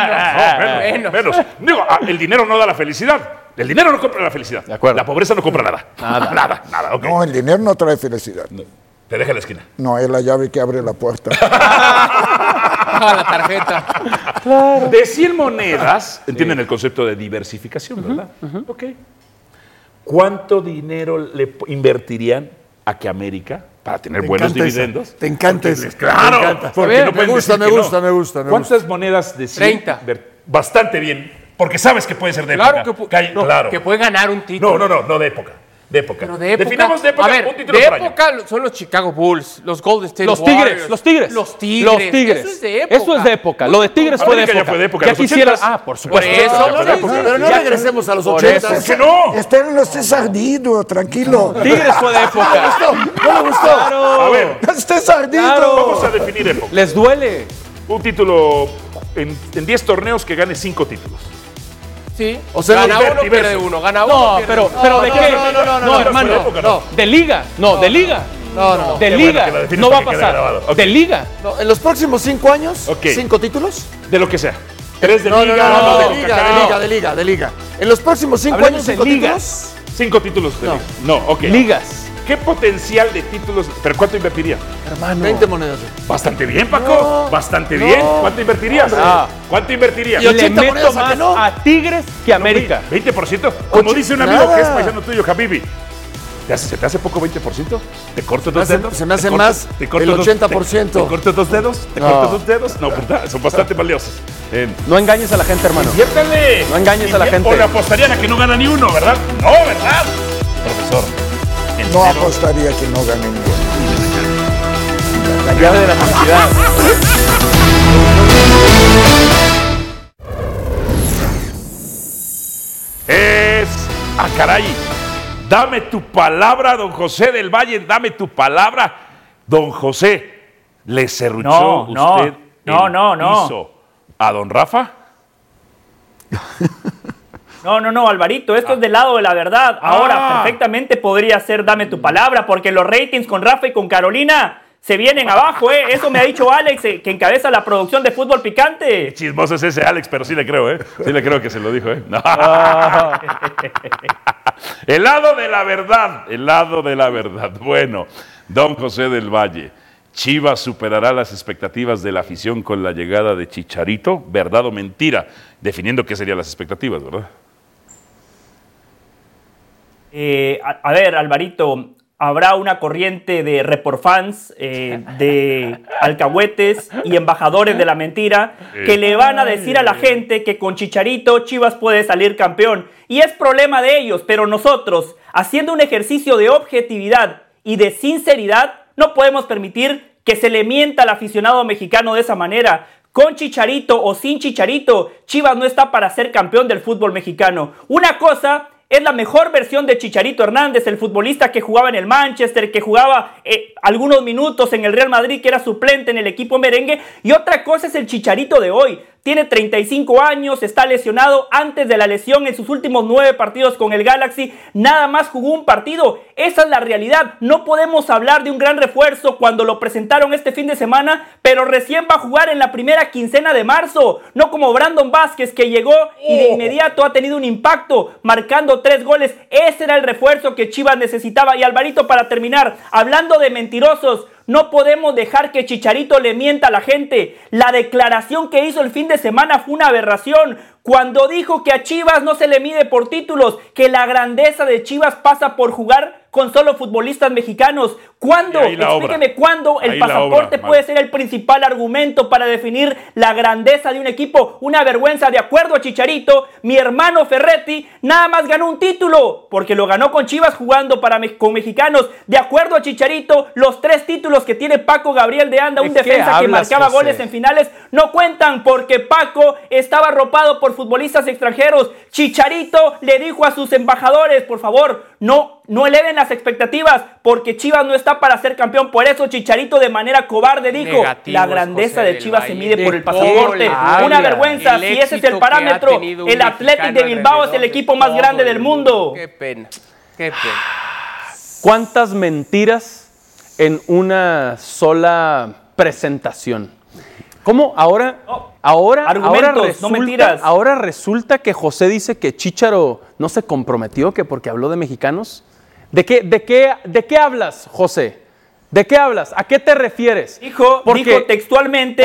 menos. Menos. Digo, el dinero no da la felicidad. El dinero no compra la felicidad. De acuerdo. La pobreza no compra nada. Nada. Ok. No, el dinero no trae felicidad. Te deja en la esquina. No, es la llave que abre la puerta. Paga la tarjeta. De 100 monedas, entienden el concepto de diversificación, ¿verdad? Ok. ¿Cuánto dinero le invertirían a que América, para tener buenos encanta esa. dividendos? Te encanta eso. Claro, Me encanta. porque A ver, no pueden me gusta, decir me que no. gusta, me gusta, me ¿Cuántas monedas de 100? 30. Bastante bien, porque sabes que puede ser de Claro época. que, que puede ganar un título. No de época. De época. Pero de época. Definamos de época, A ver, un título de por año. época son los Chicago Bulls, los Golden State Los Warriors. Tigres, los Tigres. Los Tigres. Eso es de época. Eso es de época. Lo de Tigres fue de América ya época. fue de época, Ya los quisiera. 80s. Ah, por Por supuesto. eso. Pero no regresemos a los Por 80. ¿Por qué no? Esther no estés ardido, tranquilo. Tigres fue de época. No me gustó. Claro. A ver, No estés ardido. Claro. vamos a definir época. Les duele. Un título en 10 torneos que gane 5 títulos. Sí. O sea, gana diverso. uno, pierde uno. Gana uno, No, pierde pero uno. ¿de qué? no, hermano. de época, no. De liga. No, de liga. No. De Qué liga. bueno que lo defines No va a para que quede grabado. pasar. Ok. De liga. No, en los próximos 5 años, Ok. 5 títulos. De lo que sea. 3 de No, liga, no, dos de CONCACAF. liga. En los próximos 5 Hablemos años, de 5 ligas. títulos. 5 títulos de liga. No, ok. Ligas. ¿Qué potencial de títulos? ¿Pero cuánto invertiría? Hermano. 20 monedas. Bastante bien, Paco. Bastante bien. ¿Cuánto invertirías? Ah. ¿Cuánto invertirías? Y Le 80 meto monedas, ¿a más que no? a Tigres que a América. 20%. Como dice un amigo nada. que es paisano tuyo, Habibi. ¿Se te hace poco 20%? ¿Te corto dos Se me hace- dedos? se me hace ¿Te corto- más te corto el dos- 80%. ¿Te corto 2 dedos? ¿Te No. corto 2 dedos? No, ¿verdad? Son bastante valiosos. No engañes a la gente, hermano. Inviértale. No engañes a la gente. O le apostarían a que no gana ni uno, ¿verdad? No, ¿verdad? Profesor. ¿en No serio? apostaría que no gane ninguno. La llave de la felicidad. Caray. Dame tu palabra, don José del Valle, dame tu palabra. Don José, ¿le serruchó usted el piso a don Rafa? No, Alvarito, esto es del lado de la verdad. Ahora, perfectamente podría ser dame tu palabra, porque los ratings con Rafa y con Carolina se vienen abajo, ¿eh? Eso me ha dicho Alex, que encabeza la producción de Fútbol Picante. Chismoso es ese Alex, pero sí le creo, ¿eh? Sí le creo que se lo dijo, ¿eh? No. El lado de la verdad, el lado de la verdad. Bueno, don José del Valle, ¿Chivas superará las expectativas de la afición con la llegada de Chicharito? ¿Verdad o mentira? Definiendo qué serían las expectativas, ¿verdad? A ver, Alvarito, habrá una corriente de reporfans, de alcahuetes y embajadores de la mentira que le van a decir a la gente que con Chicharito Chivas puede salir campeón. Y es problema de ellos, pero nosotros, haciendo un ejercicio de objetividad y de sinceridad, no podemos permitir que se le mienta al aficionado mexicano de esa manera. Con Chicharito o sin Chicharito, Chivas no está para ser campeón del fútbol mexicano. Una cosa es la mejor versión de Chicharito Hernández, el futbolista que jugaba en el Manchester, que jugaba algunos minutos en el Real Madrid, que era suplente en el equipo merengue. Y otra cosa es el Chicharito de hoy. Tiene 35 años, está lesionado. Antes de la lesión, en sus últimos 9 partidos con el Galaxy, nada más jugó un partido. Esa es la realidad. No podemos hablar de un gran refuerzo cuando lo presentaron este fin de semana, pero recién va a jugar en la primera quincena de marzo. No como Brandon Vázquez, que llegó y de inmediato ha tenido un impacto, marcando 3 goles. Ese era el refuerzo que Chivas necesitaba. Y Alvarito, para terminar, hablando de mentirosos, no podemos dejar que Chicharito le mienta a la gente. La declaración que hizo el fin de semana fue una aberración. Cuando dijo que a Chivas no se le mide por títulos, que la grandeza de Chivas pasa por jugar con solo futbolistas mexicanos. ¿Cuándo? Explíqueme cuándo el pasaporte puede ser el principal argumento para definir la grandeza de un equipo. Una vergüenza. De acuerdo a Chicharito, mi hermano Ferretti nada más ganó un título, porque lo ganó con Chivas jugando con mexicanos. De acuerdo a Chicharito, los 3 títulos que tiene Paco Gabriel de Anda, un defensa que marcaba goles en finales, no cuentan, porque Paco estaba arropado por futbolistas extranjeros. Chicharito le dijo a sus embajadores, por favor, no eleven las expectativas, porque Chivas no está para ser campeón. Por eso Chicharito, de manera cobarde, dijo: la grandeza de Chivas se mide por el pasaporte. Una vergüenza. Si ese es el parámetro, el Athletic de Bilbao es el equipo más grande del mundo. Qué pena, qué pena. ¿Cuántas mentiras en una sola presentación? ¿Cómo ahora argumentos, no mentiras? Ahora resulta que José dice que Chícharo no se comprometió, que porque habló de mexicanos. ¿De qué hablas, José? ¿De qué hablas? ¿A qué te refieres? Dijo textualmente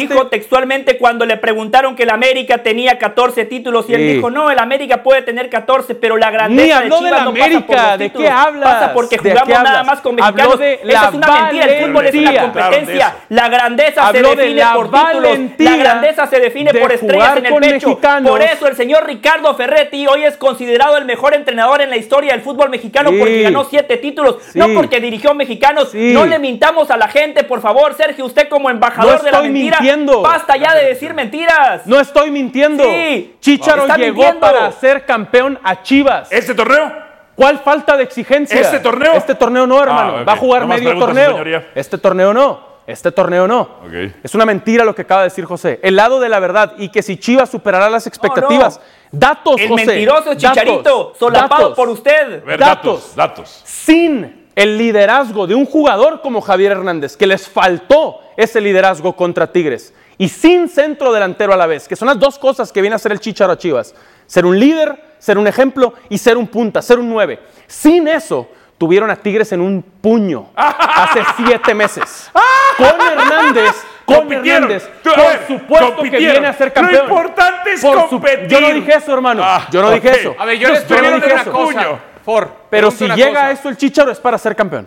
cuando le preguntaron que el América tenía 14 títulos y él dijo: no, el América puede tener 14, pero la grandeza de Chivas no pasa por los títulos. ¿De qué hablas? Pasa porque jugamos nada más con mexicanos. Esa es una mentira. El fútbol es una competencia. La grandeza se define por títulos. La grandeza se define por estrellas en el pecho. Por eso el señor Ricardo Ferretti hoy es considerado el mejor entrenador en la historia del fútbol mexicano, porque ganó 7 títulos, no porque dirigió mexicanos. No le mintamos a la gente, por favor, Sergio, usted como embajador de la mentira. Basta ya de decir mentiras. No estoy mintiendo. Sí, Chícharo llegó para ser campeón a Chivas. ¿Este torneo? ¿Cuál falta de exigencia? ¿Este torneo? Este torneo no, hermano. Okay. Va a jugar medio torneo. Este torneo no. Okay. Es una mentira lo que acaba de decir José. El lado de la verdad, y que si Chivas superará las expectativas. Datos, el José. El mentiroso es Chicharito, solapado por usted. Datos. Sin el liderazgo de un jugador como Javier Hernández, que les faltó ese liderazgo contra Tigres, y sin centro delantero a la vez, que son las 2 cosas que viene a hacer el Chícharo a Chivas: ser un líder, ser un ejemplo y ser un punta, ser un 9. Sin eso, tuvieron a Tigres en un puño hace 7 meses. Con Hernández, por supuesto que viene a ser campeón. Lo importante es competir. Yo no dije eso, hermano. Yo no dije eso. A ver, yo les pregunto una cosa. Pero si llega a eso el Chícharo es para ser campeón.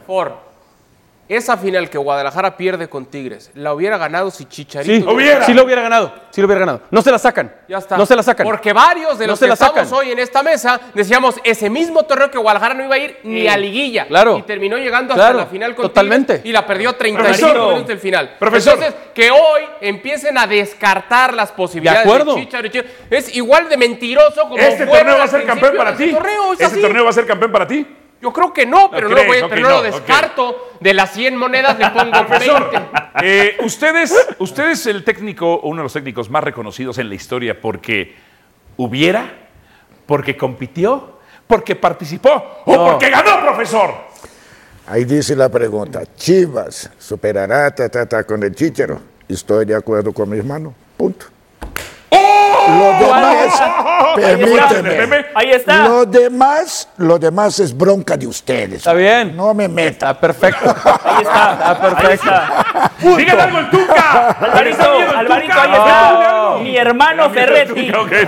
Esa final que Guadalajara pierde con Tigres, ¿la hubiera ganado si Chicharito? Sí lo hubiera ganado. No se la sacan. Ya está. No se la sacan. Porque varios de los que estamos hoy en esta mesa decíamos ese mismo torneo que Guadalajara no iba a ir ni a liguilla. Claro. Y terminó llegando hasta la final con Tigres y la perdió 35 minutos del final. Entonces, que hoy empiecen a descartar las posibilidades de Chícharo. Es igual de mentiroso como ¿Este torneo va a ser campeón para ti? ¿Este torneo va a ser campeón para ti? Yo creo que no, pero no lo descarto. De las 100 monedas le pongo 20. Usted es el técnico, uno de los técnicos más reconocidos en la historia porque porque compitió, porque participó o porque ganó, profesor. Ahí dice la pregunta: ¿Chivas superará con el Chícharo? Estoy de acuerdo con mi hermano. Punto. Lo demás, permíteme. Ahí está. Lo demás es bronca de ustedes. Está bien. No me meta. Está perfecto. Ahí está. Perfecto. Dígale algo el Tuca. Alvarito, ahí está. Mi hermano Ferretti.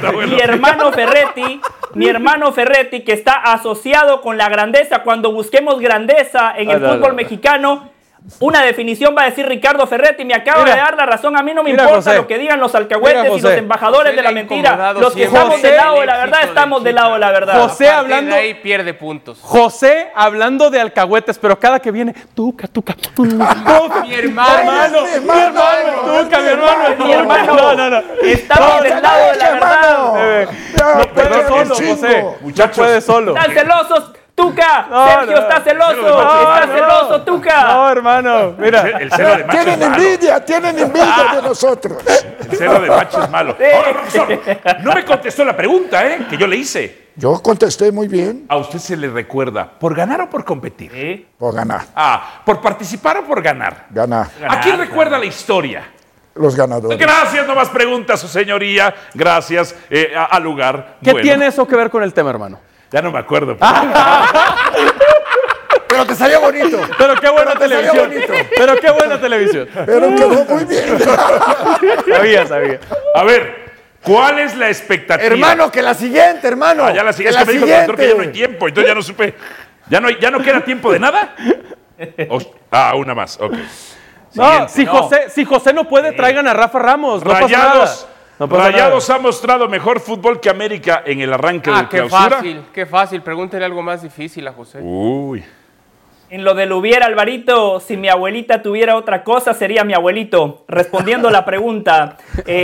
Mi hermano Ferretti, que está asociado con la grandeza. Cuando busquemos grandeza en el fútbol mexicano, Una definición va a decir Ricardo Ferretti, me acaba de dar la razón. A mí no me importa José, lo que digan los alcahuetes y los embajadores de la mentira. Los que siempre. estamos del lado de la verdad, estamos del lado de la verdad. José hablando. De ahí pierde puntos. José hablando de alcahuetes, pero cada que viene, Tuca. Mi hermano. Tuca, mi hermano. Mi hermano, No. estamos del lado de la verdad. No puede solo, José. Muchachos. No puede solo. Están celosos, Tuca. No, Sergio no. está celoso. Está celoso, Tuca. No, hermano. Mira. El celo de macho Tienen es malo. tienen envidia de nosotros. El celo de macho es malo. Ahora, profesor, no me contestó la pregunta, que yo le hice. Yo contesté muy bien. ¿A usted se le recuerda por ganar o por competir? Por ganar. ¿Por participar o por ganar? Ganar. ¿A quién recuerda la historia? Los ganadores. Gracias, no más preguntas, su señoría. Gracias, al lugar. ¿Qué tiene eso que ver con el tema, hermano? Ya no me acuerdo. Pero te salió bonito. Pero qué buena Pero te salió televisión. bonito. Pero qué buena televisión. Pero quedó muy bien. Sabía. A ver, ¿cuál es la expectativa? Hermano, que la siguiente, hermano. Ya la siguiente. Que Es que me dijo el doctor que ya no hay tiempo, entonces ya no supe. ¿Ya no queda tiempo de nada? Una más, ok. No, si José no puede, traigan a Rafa Ramos. No pasa nada. No pasa Rayados ha mostrado mejor fútbol que América en el arranque de Qué clausura. qué fácil. Pregúntele algo más difícil a José. Uy. En lo del hubiera, Alvarito, si mi abuelita tuviera otra cosa, sería mi abuelito. Respondiendo la pregunta,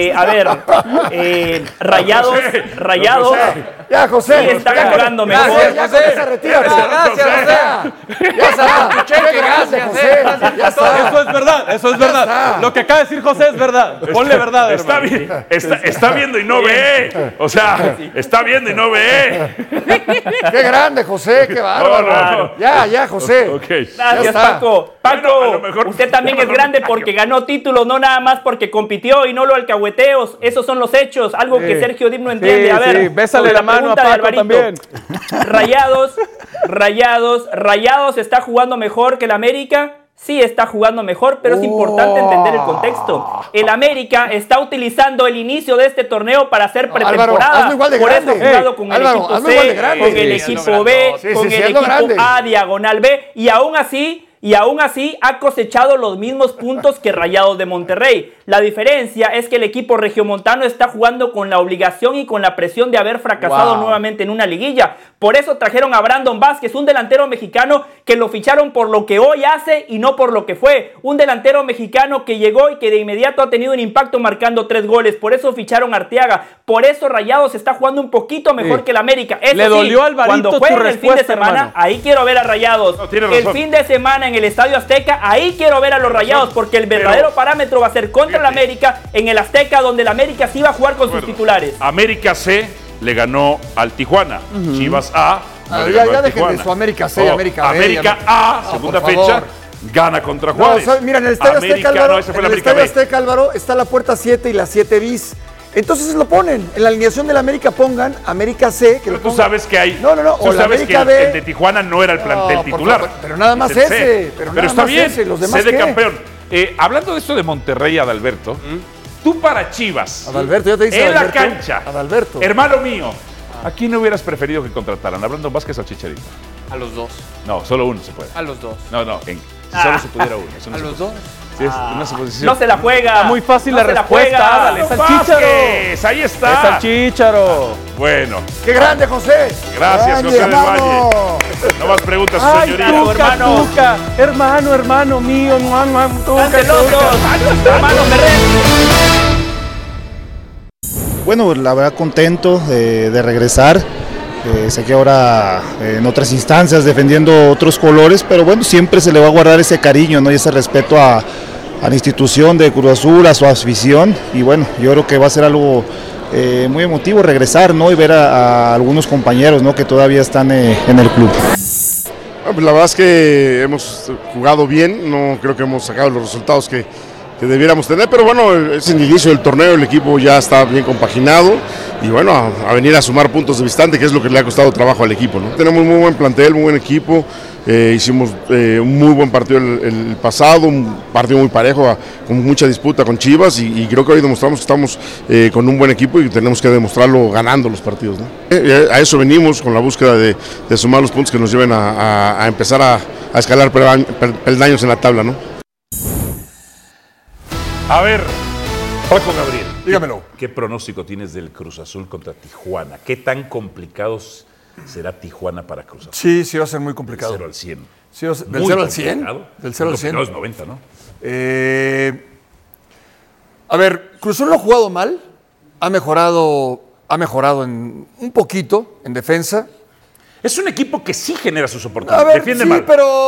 Rayados, Ya, José. sí está jugando mejor. Ya, José, retírate. Gracias, José. Ya está. Qué grande, José. Ya está. Eso es verdad. Lo que acaba de decir José es verdad. Ponle verdad, hermano. Está viendo y no ve. O sea, está viendo y no ve. Qué grande, José. Qué bárbaro. Ya, José. Okay. Gracias, Paco. Paco, Bueno, a lo mejor usted también es grande porque ganó títulos, no nada más porque compitió y no lo alcahueteos. Esos son los hechos, algo que Sergio Dip no entiende. A ver, bésale sobre la mano a pregunta de Paco Alvarito. también. Rayados está jugando mejor que el América. Sí está jugando mejor, pero es importante entender el contexto. El América está utilizando el inicio de este torneo para hacer pretemporada. hazlo igual de Por grande. eso ha jugado con el equipo hazlo igual de C, grande. con el equipo B, con el equipo grande. A, diagonal B, y aún así ha cosechado los mismos puntos que Rayados de Monterrey. La diferencia es que el equipo regiomontano está jugando con la obligación y con la presión de haber fracasado nuevamente en una liguilla. Por eso trajeron a Brandon Vázquez, un delantero mexicano que lo ficharon por lo que hoy hace y no por lo que fue. Un delantero mexicano que llegó y que de inmediato ha tenido un impacto marcando 3 goles. Por eso ficharon a Arteaga. Por eso Rayados está jugando un poquito mejor que el América. Eso Le dolió a Alvarito cuando jueguen el fin de semana, hermano. ahí quiero ver a Rayados. tiene El razón. fin de semana en el Estadio Azteca, ahí quiero ver a los Rayados, porque el verdadero parámetro va a ser contra el América en el Azteca, donde el América sí va a jugar con sus titulares. América C le ganó al Tijuana. Chivas A. no le ganó Ya al dejen Tijuana. de su América C, América B. América A, segunda por fecha, favor. gana contra No, Juárez. mira, en el Estadio Azteca, América, Álvaro, no, ese fue en el el América Estadio B. Azteca, Álvaro, está la puerta 7 y la 7 bis. Entonces lo ponen. En la alineación de la América pongan América C. Que Pero lo tú pongan. sabes que hay. No, Tú o la sabes que América B. el de Tijuana no era el plantel por titular. favor, pero nada más Es el C. ese, pero nada está más bien. ese, los demás C de ¿qué? campeón. Hablando de esto de Monterrey, Adalberto, tú para Chivas, Adalberto, ya te dice en la Adalberto. cancha, Adalberto. hermano mío, ¿a quién no hubieras preferido que contrataran? ¿A Brandon Vázquez o a Chicharito? A los dos. No, solo uno se puede. A los dos. No, si solo se pudiera uno. Eso no A se los puede. dos. Sí, es una suposición. No se la juega. Está muy fácil No la se respuesta. juega. Dale, es al Chícharo. Vázquez, ahí está. Es al Chícharo. Bueno, ¡Qué grande, José! gracias, Grande, José del hermano. Valle. No más preguntas, Ay, señorita. Tuca. Hermano mío. Tuca. ¡Están celosos! ¡Hermano Ferrer! Bueno, la verdad contento de regresar. Sé que ahora en otras instancias defendiendo otros colores, pero bueno, siempre se le va a guardar ese cariño, ¿no? Y ese respeto a la institución de Cruz Azul, a su afición, y bueno, yo creo que va a ser algo muy emotivo regresar, ¿no? Y ver a algunos compañeros, ¿no? Que todavía están en el club. Pues la verdad es que hemos jugado bien, no creo que hemos sacado los resultados que debiéramos tener, pero bueno, es el inicio del torneo, el equipo ya está bien compaginado y bueno, a venir a sumar puntos de visitante, que es lo que le ha costado trabajo al equipo, ¿no? Tenemos muy buen plantel, muy buen equipo, hicimos un muy buen partido el pasado, un partido muy parejo, con mucha disputa con Chivas y creo que hoy demostramos que estamos con un buen equipo y tenemos que demostrarlo ganando los partidos, ¿no? A eso venimos, con la búsqueda de sumar los puntos que nos lleven a empezar a escalar peldaños en la tabla, ¿no? A ver, Paco Gabriel. Dígamelo. ¿Qué pronóstico tienes del Cruz Azul contra Tijuana? ¿Qué tan complicados será Tijuana para Cruz Azul? Sí, va a ser muy complicado. Del 0 al 100. Sí, ¿del 0 al 100? Del 0 al 100. No, es 90, ¿no? A ver, Cruz Azul no ha jugado mal. Ha mejorado un poquito en defensa. Es un equipo que sí genera sus oportunidades. A ver, defiende sí, mal.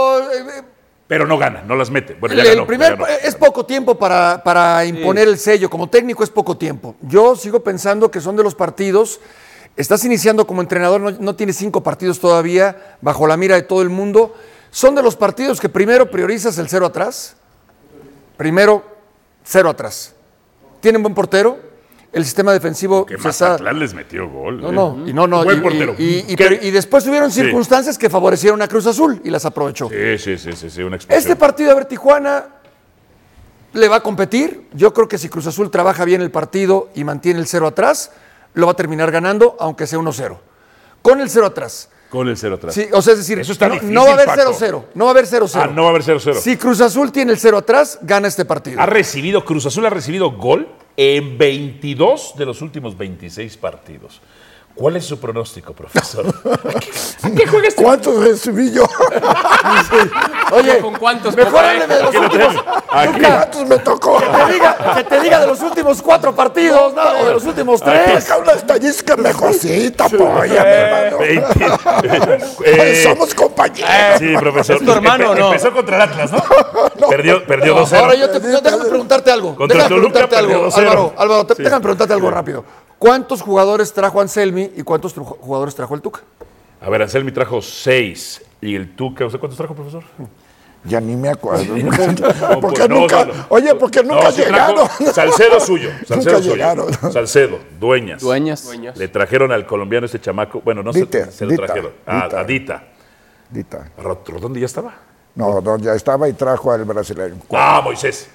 Pero no gana, no las mete. Bueno, ya ganó. Es poco tiempo para imponer el sello. Como técnico es poco tiempo. Yo sigo pensando que son de los partidos. Estás iniciando como entrenador, no tienes 5 partidos todavía bajo la mira de todo el mundo. Son de los partidos que primero priorizas el 0 atrás. Primero, 0 atrás. Tienen buen portero. El sistema defensivo que Mazatlán les metió gol. Buen portero. Y después tuvieron circunstancias que favorecieron a Cruz Azul y las aprovechó. Sí, una explosión. Este partido, a ver, Tijuana le va a competir. Yo creo que si Cruz Azul trabaja bien el partido y mantiene el 0 atrás, lo va a terminar ganando, aunque sea 1-0. Con el 0 atrás. Con el 0 atrás. Sí, o sea, es decir, eso está difícil, no va a haber Paco. 0-0. No va a haber 0-0. No va a haber 0-0. Si Cruz Azul tiene el 0 atrás, gana este partido. Cruz Azul ha recibido gol en 22 de los últimos 26 partidos. ¿Cuál es su pronóstico, profesor? ¿A qué juega este? ¿Cuántos recibí yo? Oye, ¿con cuántos? Mejor hábleme de los últimos. ¿Cuántos me tocó? Que te diga de los últimos 4 partidos, o de los últimos 3. Saca una estadística mejorcita, polla, hermano. Somos compañeros. Sí, profesor. ¿Es tu hermano o no? Empezó contra el Atlas, ¿no? Perdió 2-0. Ahora déjame preguntarte algo. Contra Toluca perdió 2-0. Álvaro, déjame preguntarte algo rápido. ¿Cuántos jugadores trajo Anselmi y cuántos jugadores trajo el Tuca? A ver, Anselmi trajo 6 y el Tuca, ¿usted cuántos trajo, profesor? Ya ni me acuerdo. Porque nunca llegaron. Salcedo suyo. Nunca llegaron. Salcedo, Dueñas. Dueñas. Le trajeron al colombiano ese chamaco. Bueno, no Dita, se lo trajeron. A Dita. Dita. ¿Dónde ya estaba? No, ya estaba y trajo al brasileño. Moisés.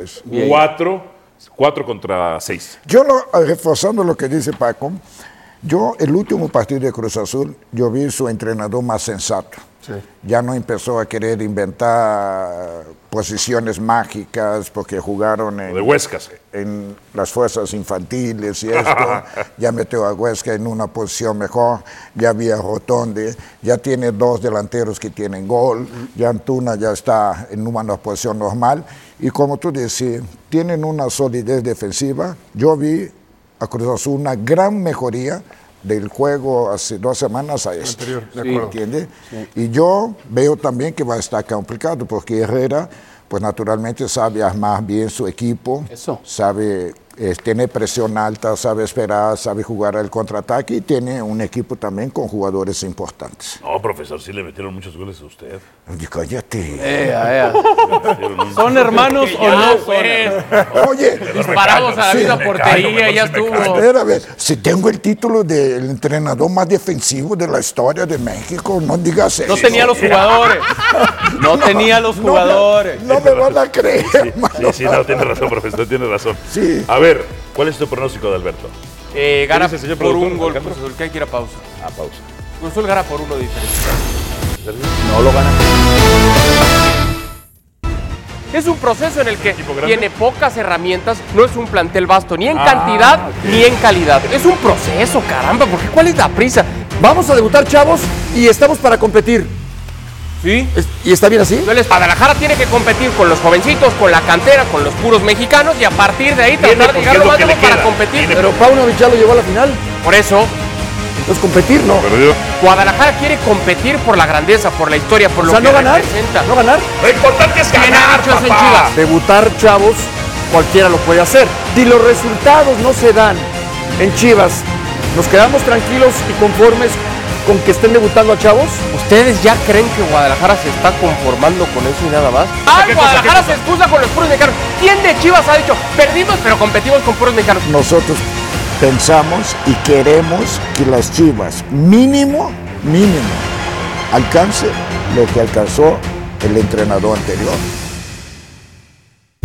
4 contra 6. Yo, reforzando lo que dice Paco, el último partido de Cruz Azul, yo vi su entrenador más sensato. Sí. Ya no empezó a querer inventar posiciones mágicas porque jugaron en las fuerzas infantiles y esto. Ya metió a Huesca en una posición mejor. Ya había Rotonde. Ya tiene 2 delanteros que tienen gol. Ya Antuna ya está en una posición normal. Y como tú decías, tienen una solidez defensiva. Yo vi a Cruz Azul una gran mejoría del juego hace 2 semanas a este. Anterior, de acuerdo. ¿Entiendes? Sí. Y yo veo también que va a estar complicado porque Herrera, pues naturalmente sabe armar bien su equipo, sabe tener presión alta, sabe esperar, sabe jugar el contraataque y tiene un equipo también con jugadores importantes. No, profesor, sí le metieron muchos goles a usted. Cállate. ¿Son hermanos o no son? Oye, disparados a la misma portería, ya estuvo. Espérame, si tengo el título del entrenador más defensivo de la historia de México, no digas eso. No tenía los jugadores. No tenía los jugadores. No me van a creer. Sí, no, tiene razón, profesor, tiene razón. Sí. A ver, ¿cuál es tu pronóstico de Alberto? Gana por un gol, Cruz Azul, que hay que ir a pausa. Pausa. Cruz Azul gana por 1 de diferencia. No lo gana. Es un proceso en el que tiene pocas herramientas, no es un plantel vasto ni en cantidad ni en calidad. Es un proceso, caramba, porque ¿cuál es la prisa? Vamos a debutar, chavos, y estamos para competir. ¿Sí? ¿Y está bien así? Entonces, Guadalajara tiene que competir con los jovencitos, con la cantera, con los puros mexicanos y a partir de ahí tratar de llegar lo más lejos para competir. Pero Paunovic ya lo llevó a la final. Por eso. Entonces competir, ¿no? Guadalajara quiere competir por la grandeza, por la historia, por lo que representa. ¿No ganar? Lo importante es ganar, papá. Debutar, chavos, cualquiera lo puede hacer. Si los resultados no se dan en Chivas, ¿nos quedamos tranquilos y conformes con que estén debutando a chavos? ¿Ustedes ya creen que Guadalajara se está conformando con eso y nada más? Guadalajara se excusa con los puros mexicanos. ¿Quién de Chivas ha dicho, perdimos pero competimos con puros mexicanos? Nosotros pensamos y queremos que las Chivas mínimo alcance lo que alcanzó el entrenador anterior.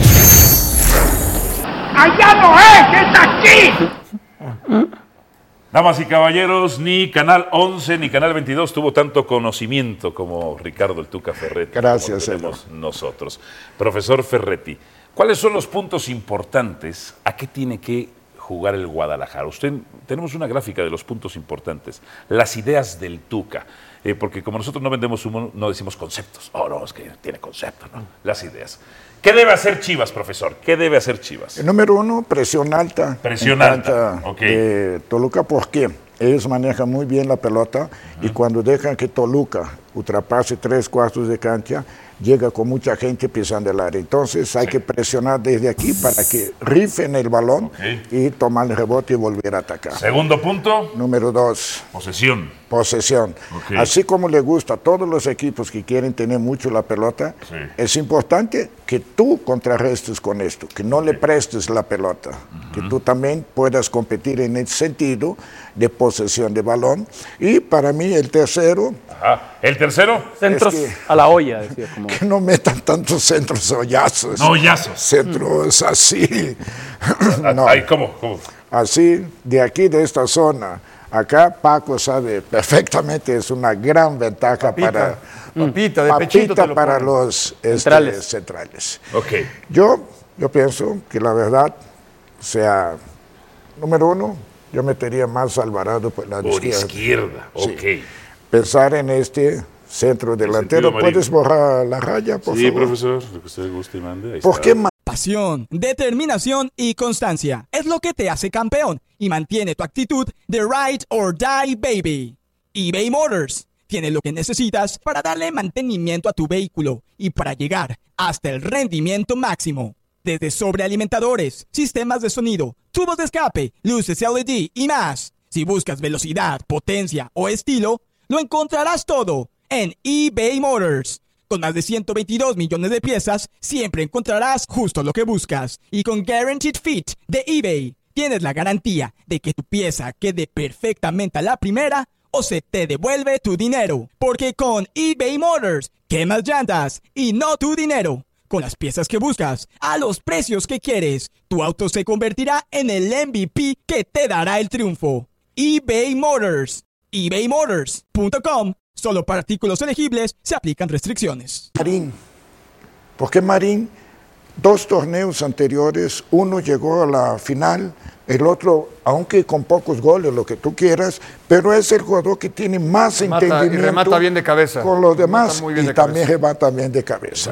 ¡Allá no es! ¡Es aquí! Damas y caballeros, ni Canal 11 ni Canal 22 tuvo tanto conocimiento como Ricardo el Tuca Ferretti. Gracias, como tenemos nosotros. Profesor Ferretti, ¿cuáles son los puntos importantes? ¿A qué tiene que jugar el Guadalajara? Tenemos una gráfica de los puntos importantes, las ideas del Tuca, porque como nosotros no vendemos humo, no decimos conceptos. Oh, no, es que tiene conceptos, ¿no? Las ideas. ¿Qué debe hacer Chivas, profesor? ¿Qué debe hacer Chivas? El número 1, presión alta. Presión alta. De Toluca, ¿por qué? Ellos manejan muy bien la pelota y cuando dejan que Toluca ultrapase 3/4 de cancha, llega con mucha gente pisando el área. Entonces hay que presionar desde aquí para que rifen el balón y tomar el rebote y volver a atacar. Segundo punto. Número 2. Posesión. Así como le gusta a todos los equipos que quieren tener mucho la pelota, es importante que tú contrarrestes con esto, que no le prestes la pelota, que tú también puedas competir en el sentido de posesión de balón. Y para mí el tercero... ¿El tercero? Centros a la olla, decía. Como... Que no metan tantos centros hoyazos. No hoyazos. Centros así. No. ¿Cómo? Así, de aquí, de esta zona. Acá Paco sabe perfectamente, es una gran ventaja para los centrales. Yo pienso que la verdad sea, número 1, yo metería más a Alvarado por la izquierda. Pensar en este centro delantero. ¿Puedes borrar la raya, por favor? Sí, profesor, lo que usted guste y mande. ¿Por qué Pasión, determinación y constancia es lo que te hace campeón y mantiene tu actitud de ride or die, baby. eBay Motors tiene lo que necesitas para darle mantenimiento a tu vehículo y para llegar hasta el rendimiento máximo. Desde sobrealimentadores, sistemas de sonido, tubos de escape, luces LED y más. Si buscas velocidad, potencia o estilo, lo encontrarás todo en eBay Motors. Con más de 122 millones de piezas, siempre encontrarás justo lo que buscas. Y con Guaranteed Fit de eBay, tienes la garantía de que tu pieza quede perfectamente a la primera o se te devuelve tu dinero. Porque con eBay Motors, quemas llantas y no tu dinero. Con las piezas que buscas, a los precios que quieres, tu auto se convertirá en el MVP que te dará el triunfo. eBay Motors. ebaymotors.com. Solo para artículos elegibles se aplican restricciones. Marín. ¿Por qué Marín? 2 torneos anteriores, uno llegó a la final, el otro, aunque con pocos goles, lo que tú quieras, pero es el jugador que tiene más entendimiento. Y remata bien de cabeza. Con los demás, y también remata bien de cabeza.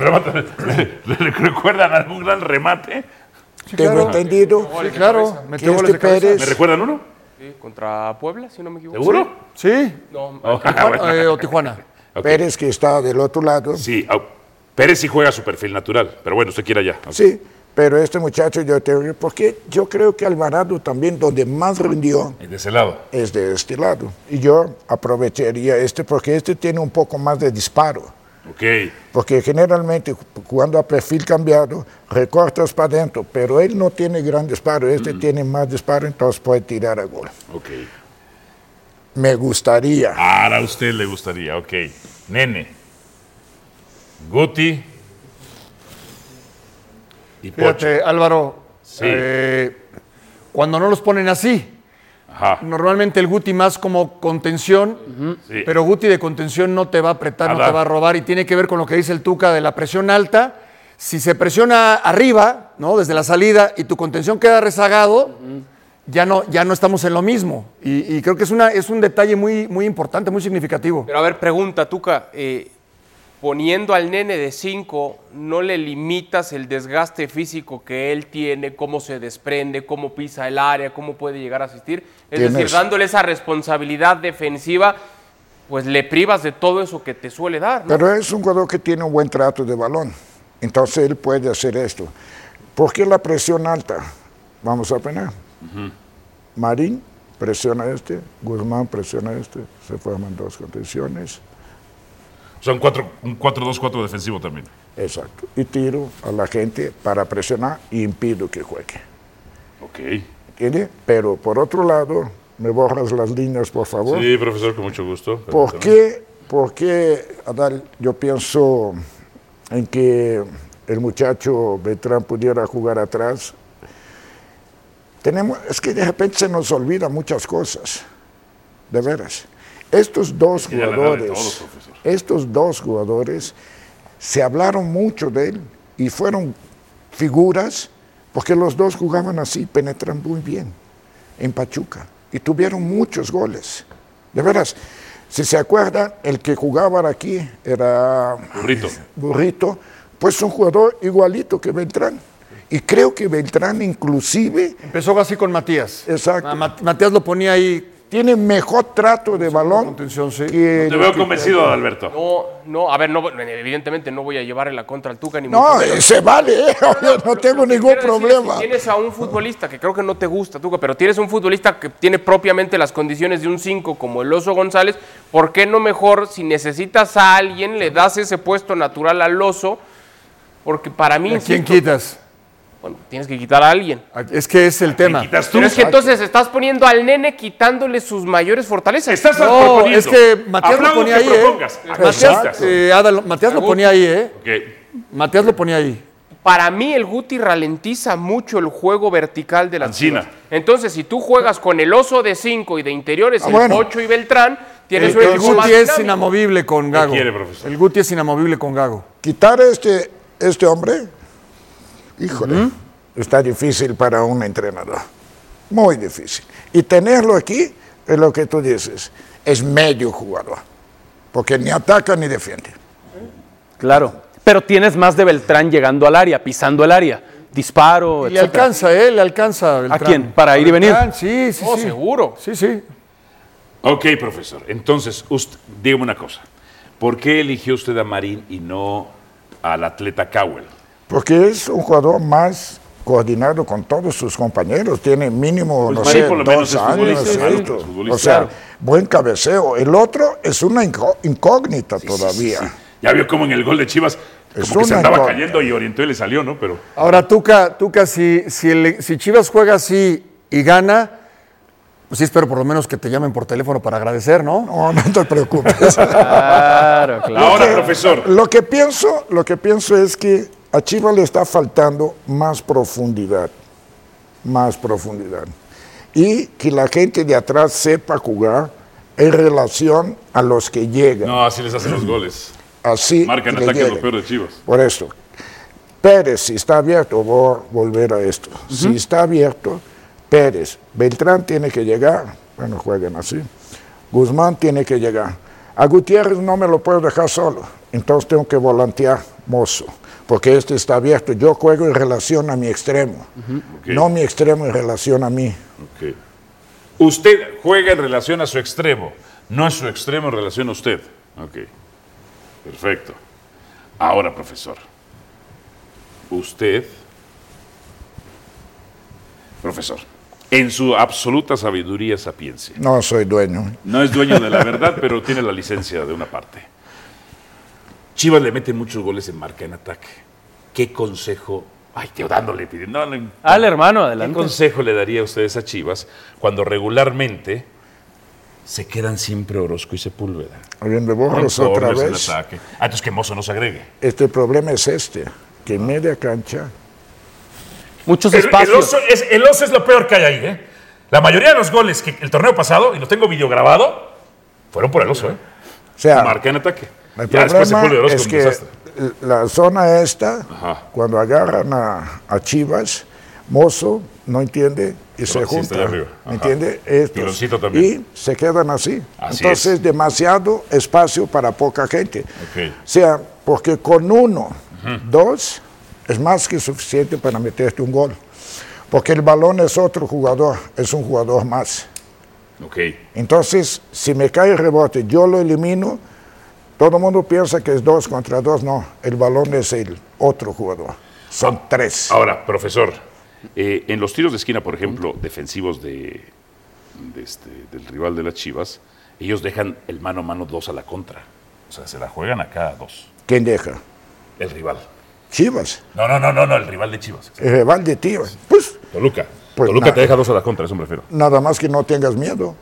¿Le recuerdan algún gran remate? Sí, Tengo entendido. Sí, claro. Que este Pérez... ¿Me recuerdan uno? Sí, contra Puebla, si no me equivoco. ¿Seguro? Sí. No, o Tijuana. Pérez, que está del otro lado. Sí, Pérez sí juega su perfil natural, pero bueno, usted quiere allá. Sí, pero este muchacho, porque yo creo que Alvarado también, donde más rindió, ¿Es de ese lado? Es de este lado. Y yo aprovecharía porque este tiene un poco más de disparo. Porque generalmente jugando a perfil cambiado, recortas para adentro, pero él no tiene gran disparo, tiene más disparo, entonces puede tirar a gol. Me gustaría. A usted le gustaría, Nene, Guti y Pocho. Fíjate, Álvaro, cuando no los ponen así, normalmente el Guti más como contención, pero Guti de contención no te va a apretar, no te va a robar, y tiene que ver con lo que dice el Tuca de la presión alta. Si se presiona arriba, ¿no? Desde la salida, y tu contención queda rezagado, ya no estamos en lo mismo. Y creo que es un detalle muy, muy importante, muy significativo. Pero a ver, pregunta, Tuca, poniendo al Nene de 5, ¿no le limitas el desgaste físico que él tiene, cómo se desprende, cómo pisa el área, cómo puede llegar a asistir? Es decir, dándole esa responsabilidad defensiva, pues le privas de todo eso que te suele dar, ¿no? Pero es un jugador que tiene un buen trato de balón, entonces él puede hacer esto. ¿Por qué la presión alta? Vamos a penar. Marín presiona Guzmán presiona se forman 2 contenciones. O sea, un 4-2-4 defensivo también. Exacto. Y tiro a la gente para presionar y impido que juegue. ¿Entiende? Pero por otro lado, ¿me borras las líneas, por favor? Sí, profesor, con mucho gusto. ¿Por qué, Adal, yo pienso en que el muchacho Beltrán pudiera jugar atrás? Es que de repente se nos olvidan muchas cosas. de veras. Estos dos jugadores se hablaron mucho de él y fueron figuras porque los dos jugaban así, penetran muy bien en Pachuca y tuvieron muchos goles. De veras, si se acuerdan, el que jugaba aquí era Burrito, pues un jugador igualito que Beltrán. Y creo que Beltrán inclusive... Empezó así con Matías. Exacto. Matías lo ponía ahí. Tiene mejor trato de balón. Sí. Que te veo convencido, Alberto. No, a ver, evidentemente no voy a llevarle la contra al Tuca. No, se vale, no tengo ningún problema. Si tienes a un futbolista que creo que no te gusta, Tuca, pero tienes un futbolista que tiene propiamente las condiciones de un 5 como el Oso González, ¿por qué no mejor, si necesitas a alguien, le das ese puesto natural al Oso? Porque para mí... ¿A quién quitas? Bueno, tienes que quitar a alguien. Es que es el tema. Pero es que entonces estás poniendo al nene quitándole sus mayores fortalezas. Estás proponiendo. Es que Matías lo ponía ahí, Matías lo ponía ahí, Matías lo ponía ahí. Para mí el Guti ralentiza mucho el juego vertical de la Chivas. Entonces, si tú juegas con el Oso de 5 y de interiores, Pocho y Beltrán, tienes un equipo más dinámico. El Guti es inamovible con Gago. El Guti es inamovible con Gago. Quitar este hombre... Híjole, está difícil para un entrenador, muy difícil. Y tenerlo aquí es lo que tú dices, es medio jugador, porque ni ataca ni defiende. Claro, pero tienes más de Beltrán llegando al área, pisando el área, disparo, y le alcanza, le alcanza Beltrán. ¿A quién? ¿Para ir y venir? Sí. Seguro. Sí. Ok, profesor, entonces, dígame una cosa, ¿por qué eligió usted a Marín y no al atleta Cowell? Porque es un jugador más coordinado con todos sus compañeros, tiene mínimo, no sé, 2 años, o sea, buen cabeceo. El otro es una incógnita todavía. Sí. Ya vio cómo en el gol de Chivas, como que se andaba cayendo y orientó y le salió, ¿no? Pero... Ahora, Tuca, si Chivas juega así y gana, pues sí espero por lo menos que te llamen por teléfono para agradecer, ¿no? No te preocupes. Claro. Ahora, profesor. Lo que pienso es que a Chivas le está faltando más profundidad. Y que la gente de atrás sepa jugar en relación a los que llegan. No, así les hacen los goles. Así marcan ataque lo peor de Chivas. Por esto, Pérez, si está abierto, voy a volver a esto. Si está abierto, Pérez, Beltrán tiene que llegar. Bueno, jueguen así. Guzmán tiene que llegar. A Gutiérrez no me lo puedo dejar solo. Entonces tengo que volantear Mozo. Porque este está abierto. Yo juego en relación a mi extremo, no mi extremo en relación a mí. Usted juega en relación a su extremo, no es su extremo en relación a usted. Ok, perfecto. Ahora, profesor, profesor, en su absoluta sabiduría sapiencia. No soy dueño. No es dueño de la verdad, pero tiene la licencia de una parte. Chivas le mete muchos goles en marca en ataque. ¿Qué consejo? Pidiéndole. Hermano, adelante. ¿Qué consejo le daría a ustedes a Chivas cuando regularmente se quedan siempre Orozco y Sepúlveda? Habiendo borros otra vez. Entonces que Mozo no se agregue. Este problema es que en media cancha... Muchos espacios. El oso es lo peor que hay ahí, ¿eh? La mayoría de los goles que el torneo pasado, y los tengo videograbado, fueron por el oso, ¿eh? O sea, marca en ataque. El problema es que la zona esta, cuando agarran a Chivas, Mozo no entiende y se junta, ¿me entiende? Y se quedan así. Entonces, demasiado espacio para poca gente. O sea, porque con 1, 2, es más que suficiente para meterte un gol. Porque el balón es otro jugador, es un jugador más. Entonces, si me cae el rebote, yo lo elimino. Todo el mundo piensa que es 2 contra 2, no, el balón es el otro jugador, son 3. Ahora, profesor, en los tiros de esquina, por ejemplo, defensivos del rival de las Chivas, ellos dejan el mano a mano 2 a la contra, o sea, se la juegan acá 2. ¿Quién deja? El rival. ¿Chivas? No, el rival de Chivas. El rival de Chivas, pues... Toluca te deja 2 a la contra, eso me refiero. Nada más que no tengas miedo.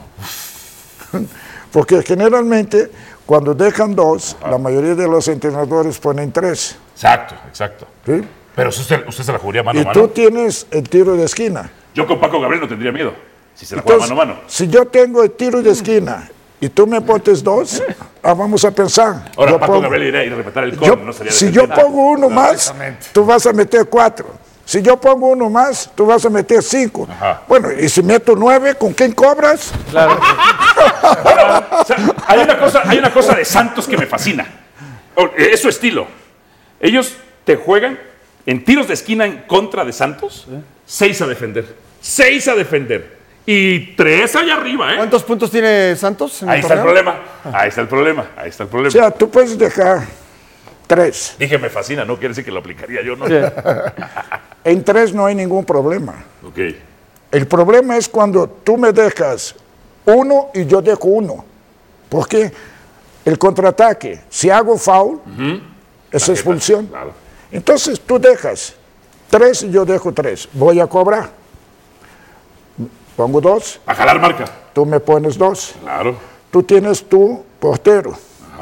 Porque generalmente... Cuando dejan 2, la mayoría de los entrenadores ponen 3. Exacto. ¿Sí? Pero usted se la jugaría mano a mano. Y tú tienes el tiro de esquina. Yo con Paco Gabriel no tendría miedo. Si se la juega mano a mano. Si yo tengo el tiro de esquina y tú me pones 2, vamos a pensar. Ahora, Paco Gabriel irá a ir a repetir el con, no sería si yo pongo uno más, tú vas a meter 4. Si yo pongo uno más, tú vas a meter 5. Bueno, y si meto 9, ¿con quién cobras? Claro. O sea, hay una cosa de Santos que me fascina. Es su estilo. Ellos te juegan en tiros de esquina en contra de Santos, 6 a defender. 6 a defender. Y 3 allá arriba, ¿eh? ¿Cuántos puntos tiene Santos? Ahí está el problema. Ahí está el problema. Ahí está el problema. O sea, tú puedes dejar 3. Dije, me fascina, no quiere decir que lo aplicaría yo, ¿no? En 3 no hay ningún problema. Ok. El problema es cuando tú me dejas 1 y yo dejo 1. Porque el contraataque, si hago foul, es expulsión. Claro. Entonces tú dejas 3 y yo dejo 3. Voy a cobrar. Pongo 2. A jalar marca. Tú me pones 2. Claro. Tú tienes tu portero.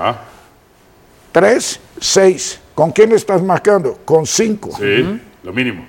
3, 6. ¿Con quién estás marcando? Con 5. Sí, lo mínimo.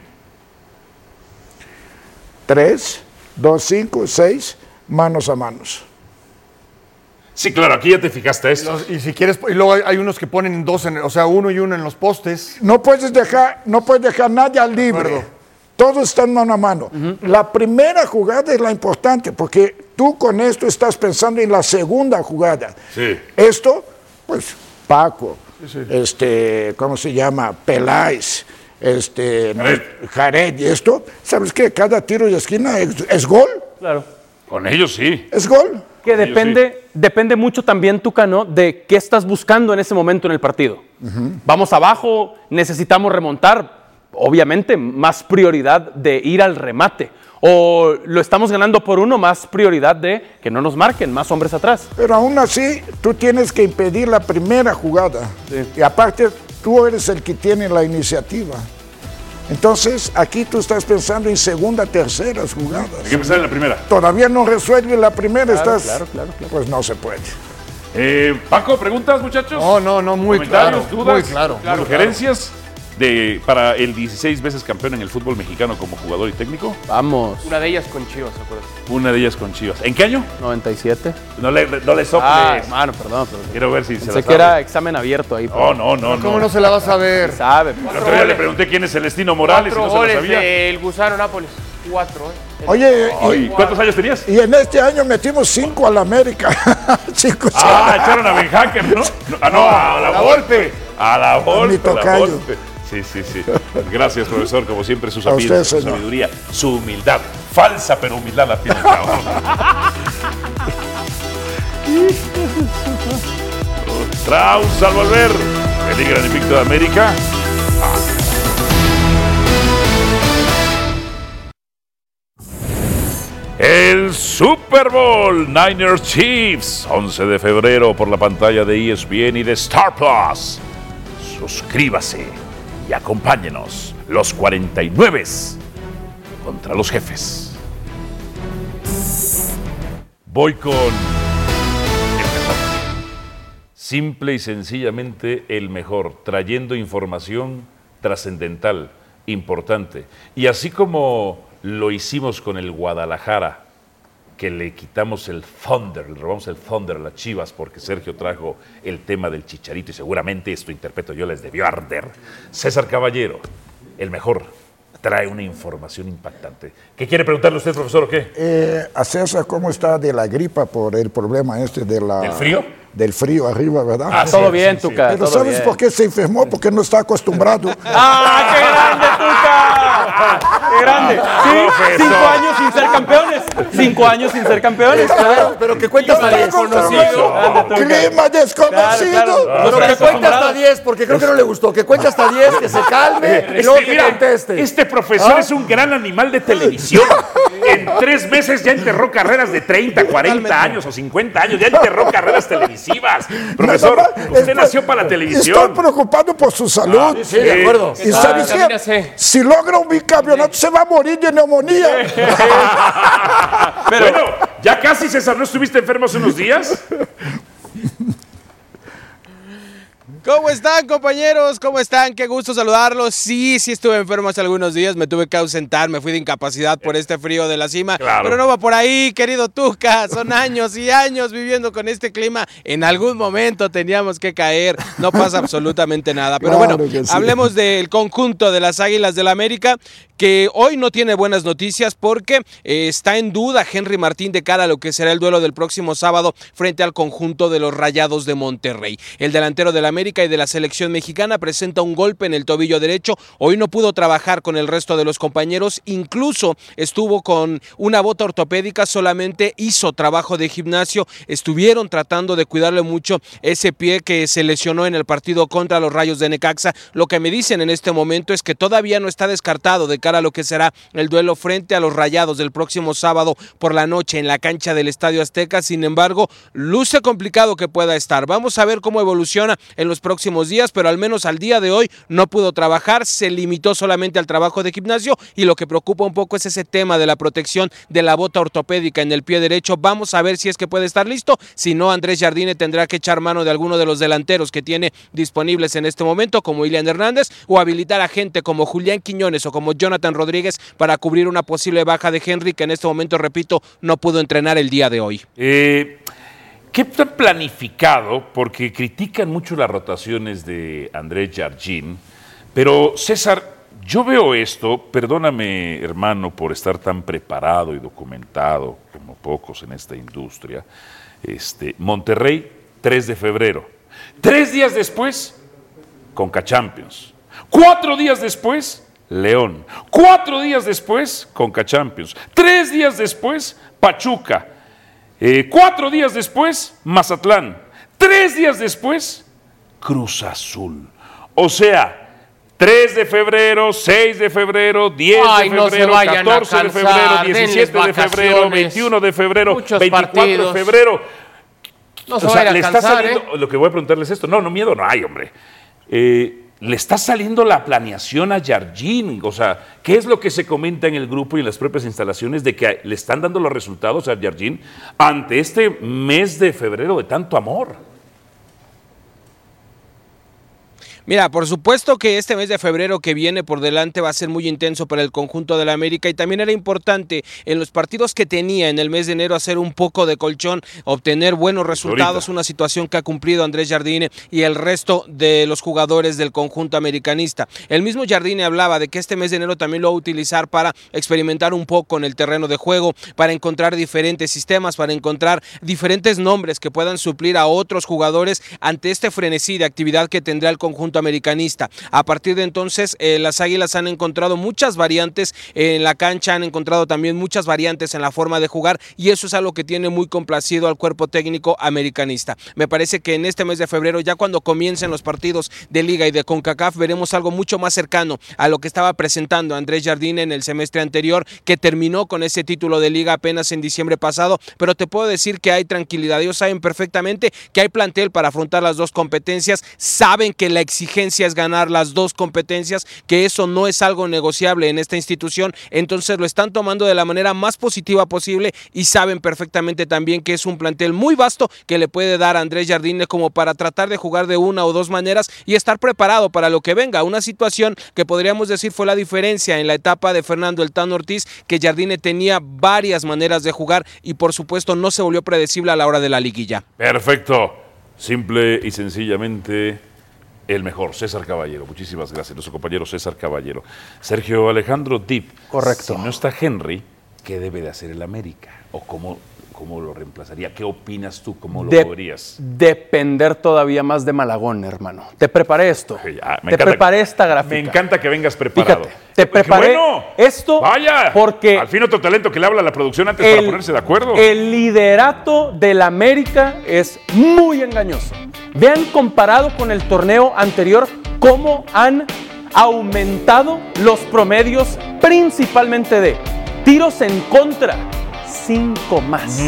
3, 2, 5, 6, manos a manos. Sí, claro, aquí ya te fijaste esto. Y si quieres, y luego hay unos que ponen 2, o sea, 1 y 1 en los postes. No puedes dejar nadie al libre. Todos están mano a mano. La primera jugada es la importante, porque tú con esto estás pensando en la segunda jugada. Sí. Esto, pues, Paco, ¿cómo se llama? Peláez, Jared, y esto, ¿sabes qué? Cada tiro de esquina es gol. Claro. Con ellos sí. Es gol. Que depende mucho también, Tucano, de qué estás buscando en ese momento en el partido. Vamos abajo, necesitamos remontar. Obviamente, más prioridad de ir al remate. O lo estamos ganando por 1, más prioridad de que no nos marquen, más hombres atrás. Pero aún así, tú tienes que impedir la primera jugada. Y aparte, tú eres el que tiene la iniciativa. Entonces, aquí tú estás pensando en segunda, terceras jugadas. Hay que pensar en la primera. Todavía no resuelve la primera, Claro. Pues no se puede. Paco, ¿preguntas, muchachos? No, muy claro. ¿Dudas? Muy claro. ¿Sugerencias para el 16 veces campeón en el fútbol mexicano como jugador y técnico? Vamos. Una de ellas con Chivas, acuérdate. Una de ellas con Chivas. ¿En qué año? 97. No le soples. Hermano, perdón. Quiero ver si se la Pensé sabe. que era examen abierto ahí. No. ¿Cómo no se la vas a ver? Sabe. El otro día le pregunté quién es Celestino Morales y 4 no se lo goles sabía. del Gusano Nápoles. 4, Oye, ¿Y cuántos años tenías? y en este año metimos 5 al América. 5. Echaron a Ben Hacker, ¿no? A la Volpe. A la Volpe. Mi tocayo. Sí. Gracias, profesor. Como siempre, su A usted, su señor. sabiduría, su humildad. Falsa, pero humildad la tiene. Cabrón. Strauss al volver. Peligra el invicto de América. El Super Bowl Niners Chiefs, 11 de febrero por la pantalla de ESPN y de Star Plus. Suscríbase y acompáñenos, los 49 contra los Jefes. Voy con el mejor. Simple y sencillamente el mejor, trayendo información trascendental, importante. Y así como lo hicimos con el Guadalajara, que le quitamos el Thunder, le robamos el Thunder a las Chivas porque Sergio trajo el tema del Chicharito y seguramente esto, interpreto yo, les debió arder. César Caballero, el mejor, trae una información impactante. ¿Qué quiere preguntarle usted, profesor, o qué? A César, ¿cómo está de la gripa por el problema de la... ¿Del frío? Del frío arriba, ¿verdad? Todo bien, Tuca. Pero todo ¿sabes bien. por qué se enfermó? Porque no está acostumbrado. ¡Ah, qué grande, Tuca! ¡Qué grande! Sí, 5 años sin ser campeones. 5 años sin ser campeones. Claro. Pero que cuenta hasta 10. Clima desconocido. Pero que cuente hasta 10, porque creo que no le gustó. Que cuente hasta 10, que se calme y luego que conteste. Este profesor es un gran animal de televisión. En 3 meses ya enterró carreras de 30, 40 años o 50 años. Ya enterró carreras televisivas. Profesor, usted nació para la televisión. Estoy preocupado por su salud. Sí, de acuerdo. ¿Y sabes qué? Si logra un bicampeonato, se va a morir de neumonía. Pero bueno, ya casi, César, ¿no estuviste enfermo hace unos días? ¿Cómo están, compañeros? ¿Cómo están? Qué gusto saludarlos. Sí, estuve enfermo hace algunos días, me tuve que ausentar, me fui de incapacidad por este frío de la cima. Claro. Pero no va por ahí, querido Tuca. Son años y años viviendo con este clima. En algún momento teníamos que caer. No pasa absolutamente nada. Pero claro, bueno, sí. Hablemos del conjunto de las Águilas del América, que hoy no tiene buenas noticias porque está en duda Henry Martín de cara a lo que será el duelo del próximo sábado frente al conjunto de los Rayados de Monterrey. El delantero del América y de la selección mexicana presenta un golpe en el tobillo derecho. Hoy no pudo trabajar con el resto de los compañeros, incluso estuvo con una bota ortopédica, solamente hizo trabajo de gimnasio. Estuvieron tratando de cuidarle mucho ese pie que se lesionó en el partido contra los Rayos de Necaxa. Lo que me dicen en este momento es que todavía no está descartado de cara a lo que será el duelo frente a los Rayados del próximo sábado por la noche en la cancha del Estadio Azteca. Sin embargo, luce complicado que pueda estar. Vamos a ver cómo evoluciona en los próximos días, pero al menos al día de hoy no pudo trabajar, se limitó solamente al trabajo de gimnasio y lo que preocupa un poco es ese tema de la protección de la bota ortopédica en el pie derecho. Vamos a ver si es que puede estar listo, si no Andrés Jardine tendrá que echar mano de alguno de los delanteros que tiene disponibles en este momento, como Ilian Hernández, o habilitar a gente como Julián Quiñones o como Jonathan Rodríguez para cubrir una posible baja de Henry, que en este momento, repito, no pudo entrenar el día de hoy. ¿Qué tan planificado? Porque critican mucho las rotaciones de Andrés Jardine, pero César, yo veo esto, perdóname hermano por estar tan preparado y documentado como pocos en esta industria. Monterrey, 3 de febrero. 3 días después, Conca Champions. 4 días después, León. 4 días después, Conca Champions. 3 días después, Pachuca. 4 días después, Mazatlán. 3 días después, Cruz Azul. O sea, 3 de febrero, 6 de febrero, 10 de febrero, 14 de febrero, 17 de febrero, 21 de febrero, 24 de febrero. No se vayan a cansar, Lo que voy a preguntarles es esto. No, miedo no hay, hombre. Le está saliendo la planeación a Jardine. O sea, ¿qué es lo que se comenta en el grupo y en las propias instalaciones de que le están dando los resultados a Jardine ante este mes de febrero de tanto amor? Mira, por supuesto que este mes de febrero que viene por delante va a ser muy intenso para el conjunto de la América y también era importante en los partidos que tenía en el mes de enero hacer un poco de colchón, obtener buenos resultados, una situación que ha cumplido Andrés Jardine y el resto de los jugadores del conjunto americanista. El mismo Jardine hablaba de que este mes de enero también lo va a utilizar para experimentar un poco en el terreno de juego, para encontrar diferentes sistemas, para encontrar diferentes nombres que puedan suplir a otros jugadores ante este frenesí de actividad que tendrá el conjunto americanista. A partir de entonces, las Águilas han encontrado muchas variantes en la cancha, han encontrado también muchas variantes en la forma de jugar y eso es algo que tiene muy complacido al cuerpo técnico americanista. Me parece que en este mes de febrero, ya cuando comiencen los partidos de Liga y de CONCACAF, veremos algo mucho más cercano a lo que estaba presentando Andrés Jardine en el semestre anterior, que terminó con ese título de Liga apenas en diciembre pasado, pero te puedo decir que hay tranquilidad. Ellos saben perfectamente que hay plantel para afrontar las dos competencias, saben que la exigencia es ganar las dos competencias, que eso no es algo negociable en esta institución, entonces lo están tomando de la manera más positiva posible y saben perfectamente también que es un plantel muy vasto que le puede dar a Andrés Jardine como para tratar de jugar de una o dos maneras y estar preparado para lo que venga, una situación que podríamos decir fue la diferencia en la etapa de Fernando el Tano Ortiz, que Jardine tenía varias maneras de jugar y por supuesto no se volvió predecible a la hora de la liguilla. Perfecto, simple y sencillamente el mejor, César Caballero. Muchísimas gracias, nuestro compañero César Caballero. Sergio Alejandro Dip. Correcto. Si no está Henry, ¿qué debe de hacer el América? ¿O cómo lo reemplazaría? ¿Qué opinas tú? ¿Cómo lo podrías? Depender todavía más de Malagón, hermano. Te preparé esto. Preparé esta gráfica. Me encanta que vengas preparado. Fíjate, te preparé esto porque al fin otro talento que le habla a la producción antes para ponerse de acuerdo. El liderato del América es muy engañoso. Vean comparado con el torneo anterior cómo han aumentado los promedios principalmente de tiros en contra, 5 más.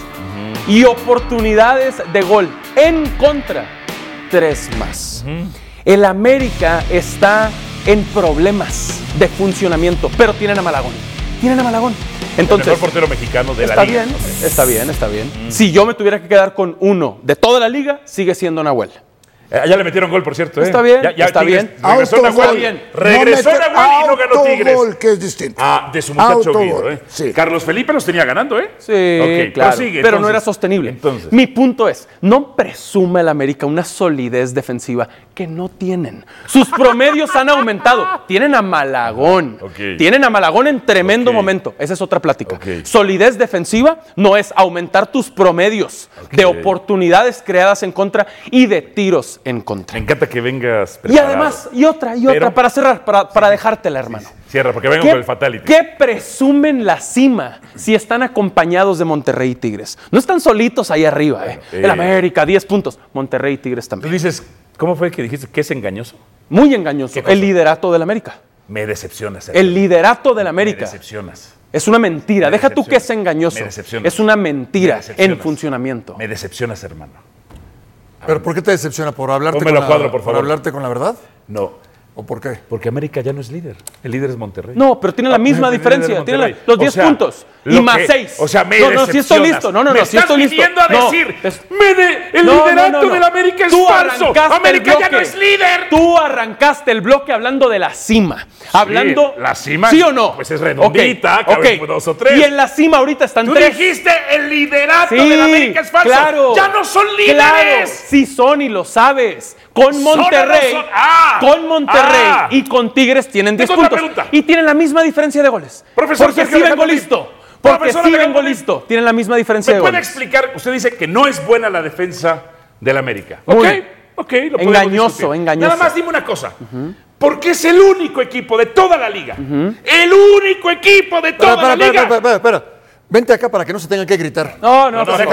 Y oportunidades de gol en contra, 3 más. El América está en problemas de funcionamiento, pero tienen a Malagón. Entonces, el mejor portero mexicano de la liga. Está bien. Si yo me tuviera que quedar con uno de toda la liga, sigue siendo Nahuel. Ya le metieron gol, por cierto. Está bien, está bien. Regresó Nahuel. Regresó Nahuel y no ganó Tigres. Gol, que es distinto. De su muchacho Guido. Sí. Carlos Felipe los tenía ganando, Sí, okay, claro. prosigue, pero no era sostenible. Mi punto es, no presume el América una solidez defensiva que no tienen. Sus promedios han aumentado. Tienen a Malagón. Tienen a Malagón en tremendo momento. Esa es otra plática. Solidez defensiva no es aumentar tus promedios de oportunidades creadas en contra y de tiros en contra. Me encanta que vengas preparado. Y además, y otra, para cerrar, para dejártela, hermano. Cierra, porque vengo con el fatality. ¿Qué presumen la cima si están acompañados de Monterrey y Tigres? No están solitos ahí arriba, El América, 10 puntos. Monterrey y Tigres también. Tú dices, ¿cómo fue que dijiste que es engañoso? Muy engañoso. El liderato del América. Me decepcionas. El liderato del América. Me decepcionas. Es una mentira. Deja tú que es engañoso. Me decepcionas. Es una mentira en funcionamiento. Me decepcionas, hermano. ¿Pero por qué te decepciona? ¿Por hablarte, por hablarte con la verdad? No. ¿O por qué? Porque América ya no es líder. El líder es Monterrey. No, pero tiene la misma diferencia. Tiene los 10 puntos. Y más 6. O sea, me No, si estoy listo. No, si estoy listo. A decir, el liderato del América es falso. América ya no es líder. Tú arrancaste el bloque hablando de la cima. Hablando. La cima. ¿Sí o no? Pues es redondita. Cabe 2 o 3. Y en la cima ahorita están 3. Tú dijiste el liderato del América es falso. Claro. Ya no son líderes. Claro. Sí son y lo sabes. Con Monterrey. Con Monterrey y con Tigres tienen 10 puntos. Y tienen la misma diferencia de goles. Profesor, porque sí vengo listo. Porque sí vengo listo. Tienen la misma diferencia de goles. ¿Me puede explicar? Usted dice que no es buena la defensa del América. Ok, lo podemos engañoso. Nada más dime una cosa. Porque es el único equipo de toda la liga. El único equipo de toda la liga. Espera. Vente acá para que no se tengan que gritar. No,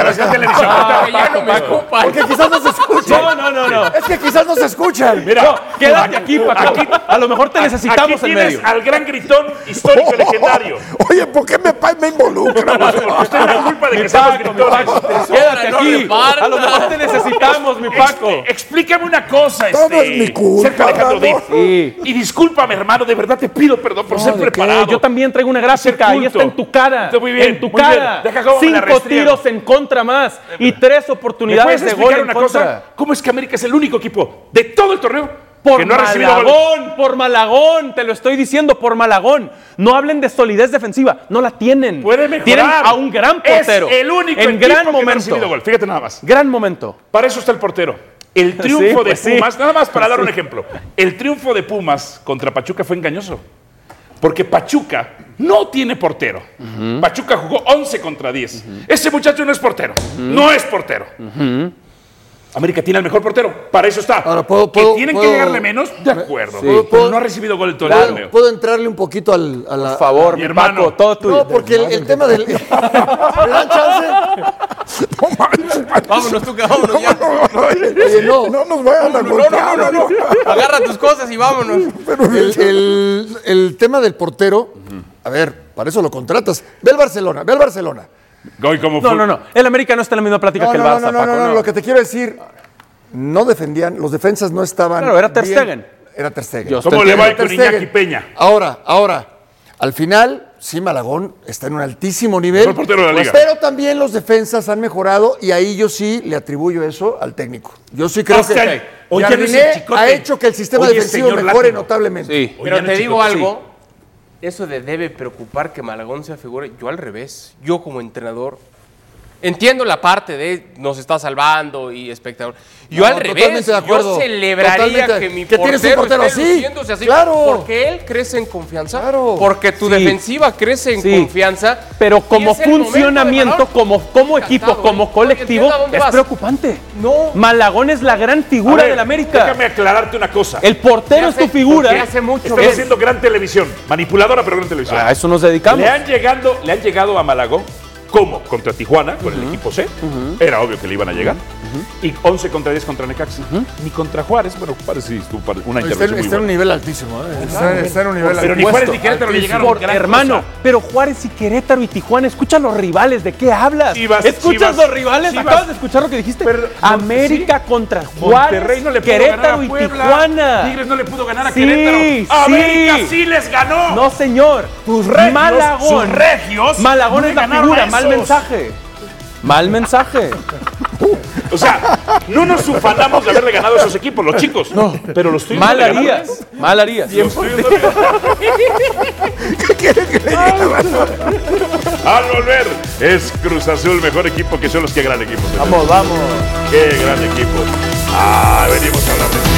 ya no me ocupan. Porque quizás no se escuchan. No. Es que quizás no se escuchan. Mira, quédate aquí, Paco. A lo mejor te necesitamos en medio. Aquí tienes al gran gritón histórico legendario. Oye, ¿por qué me involucra? Usted es la culpa de que seamos gritones. Quédate aquí. A lo mejor te necesitamos, mi Paco. Explícame una cosa, Todo es mi culpa, Sergio Alejandro Díaz. Y discúlpame, hermano, de verdad te pido perdón por ser preparado. Yo también traigo una gráfica. Ahí está en tu cara. Muy bien. Cara. 5 tiros en contra más y 3 oportunidades de gol en contra. ¿Cómo es que América es el único equipo de todo el torneo que no ha recibido gol? Por Malagón, te lo estoy diciendo, por Malagón. No hablen de solidez defensiva, no la tienen. Puede mejorar. Tienen a un gran portero. Es el único en equipo gran que momento. no ha recibido gol. Fíjate nada más. Gran momento. Para eso está el portero. El triunfo de Pumas, nada más para dar un ejemplo. El triunfo de Pumas contra Pachuca fue engañoso. Porque Pachuca no tiene portero. Pachuca jugó 11 contra 10. Ese muchacho no es portero. No es portero. América tiene el mejor portero. Para eso está. Ahora, que tienen que llegarle menos, de acuerdo. Pero no ha recibido gol en todo el torneo. ¿Puedo entrarle un poquito a la... Por favor, mi hermano. Paco, todo tuyo. No, porque el tema del... ¿Me dan chance? Vámonos, tú, vámonos ya. Oye, no nos vayan a golpear. No. Agarra tus cosas y vámonos. El tema del portero, a ver, para eso lo contratas. Ve al Barcelona. No. El América no está en la misma plática que el Barça, Paco. No, lo que te quiero decir, no defendían, los defensas no estaban. Claro, era Ter Stegen. Era Ter Stegen. ¿Cómo le va con Iñaki Peña? Ahora, al final, sí, Malagón está en un altísimo nivel. Mejor portero de la liga. Pero también los defensas han mejorado y ahí yo sí le atribuyo eso al técnico. Yo sí creo que Jardiné ha hecho que el sistema defensivo mejore notablemente. Sí. Pero te digo algo, eso debe preocupar que Malagón sea figura. Yo al revés, yo como entrenador, entiendo la parte de nos está salvando y espectador. Yo al revés, yo celebraría que mi portero esté luciéndose así. Claro. Porque él crece en confianza. Claro. Porque tu defensiva crece en confianza. Pero como funcionamiento, como equipo, como colectivo, es preocupante. No. Malagón es la gran figura del América. Déjame aclararte una cosa. El portero es tu figura. Estamos haciendo gran televisión. Manipuladora, pero gran televisión. A eso nos dedicamos. Le han llegado a Malagón. ¿Cómo? Contra Tijuana, con el equipo C. Era obvio que le iban a llegar. Y 11 contra 10 contra Necaxa. Ni contra Juárez. Bueno, Juárez sí estuvo una intervención está en un nivel altísimo. Está en un nivel altísimo. Pero ni Juárez ni Querétaro le llegaron. Hermano, pero Juárez y Querétaro y Tijuana, escucha los rivales. ¿De qué hablas? ¿Escuchas los rivales? ¿Acabas de escuchar lo que dijiste? América contra Juárez, Monterrey no le pudo Querétaro ganar a y Puebla. Tijuana. Tigres no le pudo ganar a Querétaro. América sí les ganó. No, señor. Tus regios, Malagón. sus regios. Malagón no es la figura. Mal mensaje. O sea, no nos ufanamos de haberle ganado a esos equipos, los chicos. No, pero los tuyos. Mal harías. Mal harías. ¿Qué quieren que le diga? Al volver, es Cruz Azul, mejor equipo que son los que gran equipo. Vamos, vamos. Qué gran equipo. Venimos a hablar de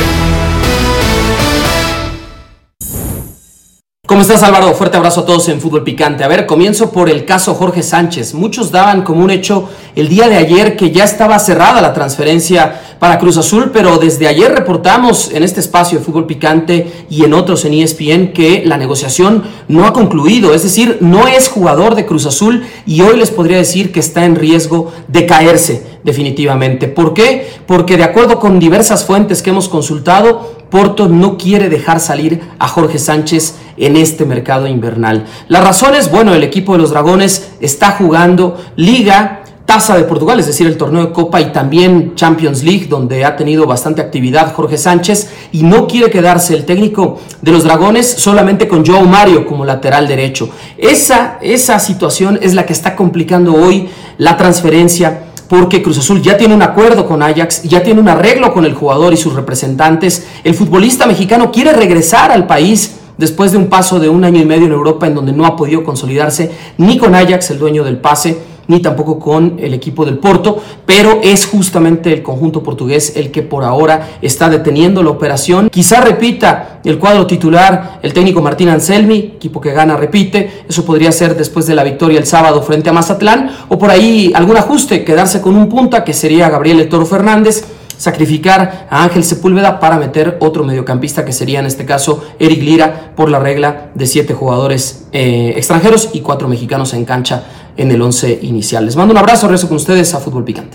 ¿Cómo estás, Álvaro? Fuerte abrazo a todos en Fútbol Picante. A ver, comienzo por el caso Jorge Sánchez. Muchos daban como un hecho el día de ayer que ya estaba cerrada la transferencia para Cruz Azul, pero desde ayer reportamos en este espacio de Fútbol Picante y en otros en ESPN que la negociación no ha concluido, es decir, no es jugador de Cruz Azul y hoy les podría decir que está en riesgo de caerse definitivamente. ¿Por qué? Porque de acuerdo con diversas fuentes que hemos consultado, Porto no quiere dejar salir a Jorge Sánchez en este mercado invernal. La razón es, bueno, el equipo de los Dragones está jugando Liga, Taça de Portugal, es decir, el torneo de Copa y también Champions League, donde ha tenido bastante actividad Jorge Sánchez y no quiere quedarse el técnico de los Dragones solamente con João Mario como lateral derecho. Esa situación es la que está complicando hoy la transferencia, porque Cruz Azul ya tiene un acuerdo con Ajax, ya tiene un arreglo con el jugador y sus representantes. El futbolista mexicano quiere regresar al país después de un paso de 1 año y medio en Europa en donde no ha podido consolidarse ni con Ajax, el dueño del pase, ni tampoco con el equipo del Porto, pero es justamente el conjunto portugués el que por ahora está deteniendo la operación. Quizá repita el cuadro titular el técnico Martín Anselmi, equipo que gana repite, eso podría ser después de la victoria el sábado frente a Mazatlán, o por ahí algún ajuste, quedarse con un punta que sería Gabriel El Toro Fernández, sacrificar a Ángel Sepúlveda para meter otro mediocampista que sería en este caso Eric Lira por la regla de 7 jugadores extranjeros y 4 mexicanos en cancha en el 11 inicial. Les mando un abrazo, regreso con ustedes a Fútbol Picante.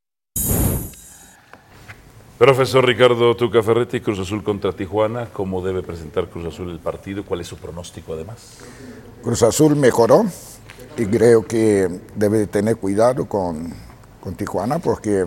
Profesor Ricardo Tuca Ferretti, Cruz Azul contra Tijuana, ¿cómo debe presentar Cruz Azul el partido? ¿Cuál es su pronóstico además? Cruz Azul mejoró y creo que debe tener cuidado con Tijuana porque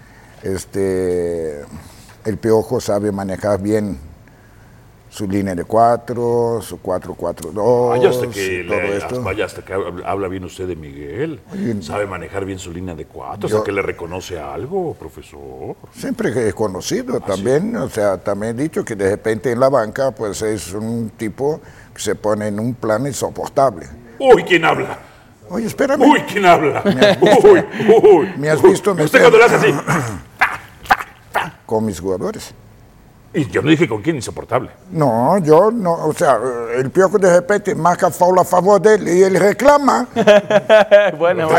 el Piojo sabe manejar bien su línea de 4, su 4-4-2. Vaya hasta que habla bien usted de Miguel. Oye, sabe manejar bien su línea de 4, hasta que le reconoce algo, profesor. Siempre he conocido también, sí. O sea, también he dicho que de repente en la banca pues es un tipo que se pone en un plan insoportable. Uy, ¿quién habla? Oye, espérame. Uy, ¿quién habla? ¿Me has visto? ¿Usted cuando le hace así? Con mis jugadores. Y yo no dije con quién, insoportable. No, yo no, o sea, el Piojo de repente marca foul a favor de él y él reclama. Buen punto.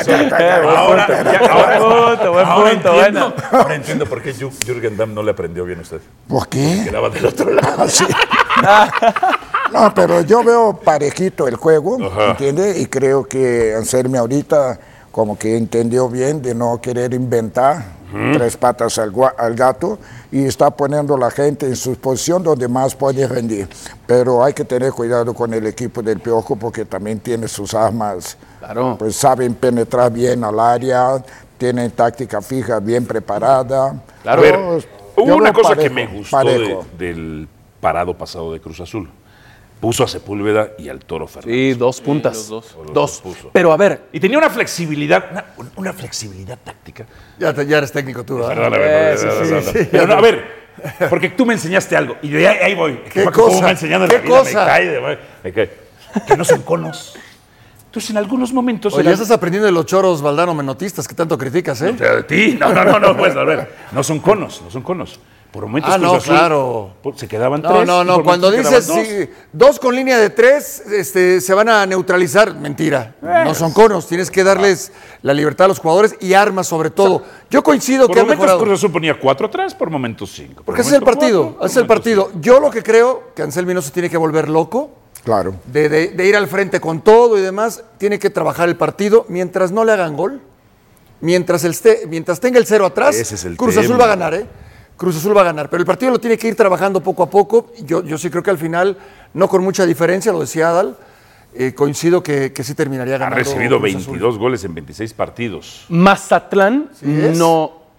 Ahora entiendo por qué Jürgen Damm no le aprendió bien a usted. ¿Por qué? Quedaba del otro lado. Sí. No, pero yo veo parejito el juego, ¿entiendes? Y creo que Anselmi ahorita como que entendió bien de no querer inventar 3 patas al gato y está poniendo a la gente en su posición donde más puede rendir. Pero hay que tener cuidado con el equipo del Piojo porque también tiene sus armas, claro. Pues saben penetrar bien al área, tienen táctica fija bien preparada. Claro. A ver, hubo una cosa que me gustó del parado pasado de Cruz Azul. Puso a Sepúlveda y al Toro Fernández. Sí, 2 puntas. Los dos. Pero a ver. Y tenía una flexibilidad, una flexibilidad táctica. Ya eres técnico tú, ¿verdad? Perdóname. Pero a ver, porque tú me enseñaste algo. Y de ahí voy. ¿Qué cosa? ¿Qué cosa? Que no son conos. Entonces, en algunos momentos... Oye, ya estás aprendiendo de los choros Valdano menotistas que tanto criticas, ¿eh? O sea, de ti. No, pues, a ver. No son conos. Por momentos Cruz Azul, claro. Se quedaban 3. No. Cuando dices 2 con línea de 3, se van a neutralizar. Mentira. No son conos. Tienes que darles la libertad a los jugadores y armas sobre todo. Yo coincido que ha mejorado. Por momentos Cruz Azul ponía 4 atrás, por momentos 5. Porque ese es el partido. Ese es el partido. Yo lo que creo que Anselmi no se tiene que volver loco. Claro. De ir al frente con todo y demás. Tiene que trabajar el partido mientras no le hagan gol. Mientras tenga el 0 atrás, Cruz Azul va a ganar, ¿eh? Cruz Azul va a ganar, pero el partido lo tiene que ir trabajando poco a poco. Yo sí creo que al final, no con mucha diferencia, lo decía Adal, coincido que sí terminaría ganando. Ha recibido 22 goles en 26 partidos. Mazatlán no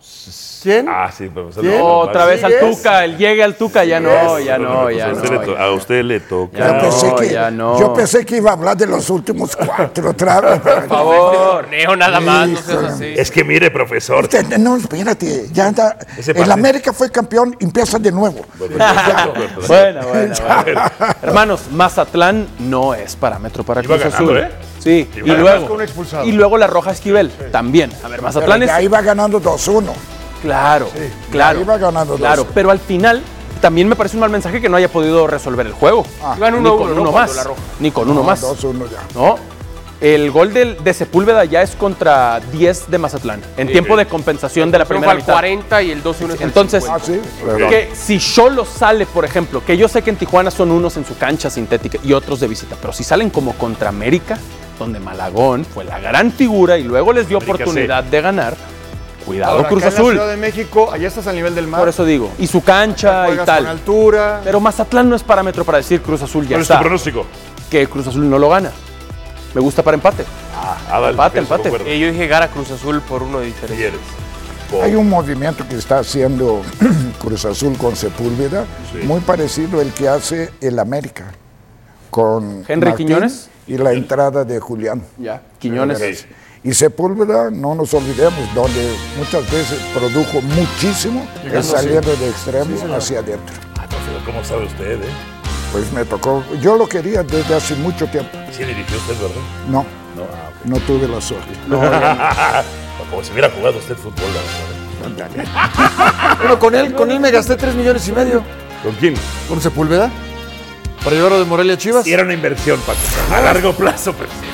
¿Quién? Ah, sí, profesor. ¿Quién? Otra vez al Tuca, el llegue al Tuca, ya no. A usted le toca. Yo pensé que iba a hablar de los últimos 4 otra vez. Por favor. Torneo nada más, no seas así. Es que mire, profesor. No, espérate. Ya anda. El América fue campeón, empieza de nuevo. Bueno. Hermanos, Mazatlán no es parámetro para Cruz Azul. Sí, y luego la Roja Esquivel también. A ver, Mazatlán es. Ahí va ganando 2-1. Claro. Ahí va ganando 2-1. Claro, pero al final también me parece un mal mensaje que no haya podido resolver el juego. Iban 1-1 más. Ni con uno más. 2-1 ya. No. El gol de Sepúlveda ya es contra 10 de Mazatlán, en tiempo de compensación de la primera mitad. 40 y el 2-1 es Entonces, el que si Xolos sale, por ejemplo, que yo sé que en Tijuana son unos en su cancha sintética y otros de visita, pero si salen como contra América, donde Malagón fue la gran figura y luego les dio oportunidad de ganar, cuidado. Ahora, Cruz acá Azul. En la Ciudad de México, allá estás al nivel del mar. Por eso digo, y su cancha y tal. Con altura. Pero Mazatlán no es parámetro para decir Cruz Azul ya ¿Cuál está. es tu pronóstico? Que Cruz Azul no lo gana. Me gusta para empate. Empate. Yo dije gana Cruz Azul por 1 de diferencia. Hay un movimiento que está haciendo Cruz Azul con Sepúlveda, muy parecido al que hace el América con Henry Martín Quiñones y la entrada de Julián. Quiñones. Y Sepúlveda, no nos olvidemos, donde muchas veces produjo muchísimo, el saliendo de extremos hacia adentro. ¿Cómo sabe usted, Pues me tocó, yo lo quería desde hace mucho tiempo. Sí dirigió usted, ¿verdad? No, no tuve la suerte. Como si hubiera jugado usted fútbol, la verdad. Bueno, con él me gasté 3,5 millones. ¿Con quién? ¿Con Sepúlveda? ¿Para llevarlo de Morelia a Chivas? Sí, era una inversión, Paco. A largo plazo, pero sí.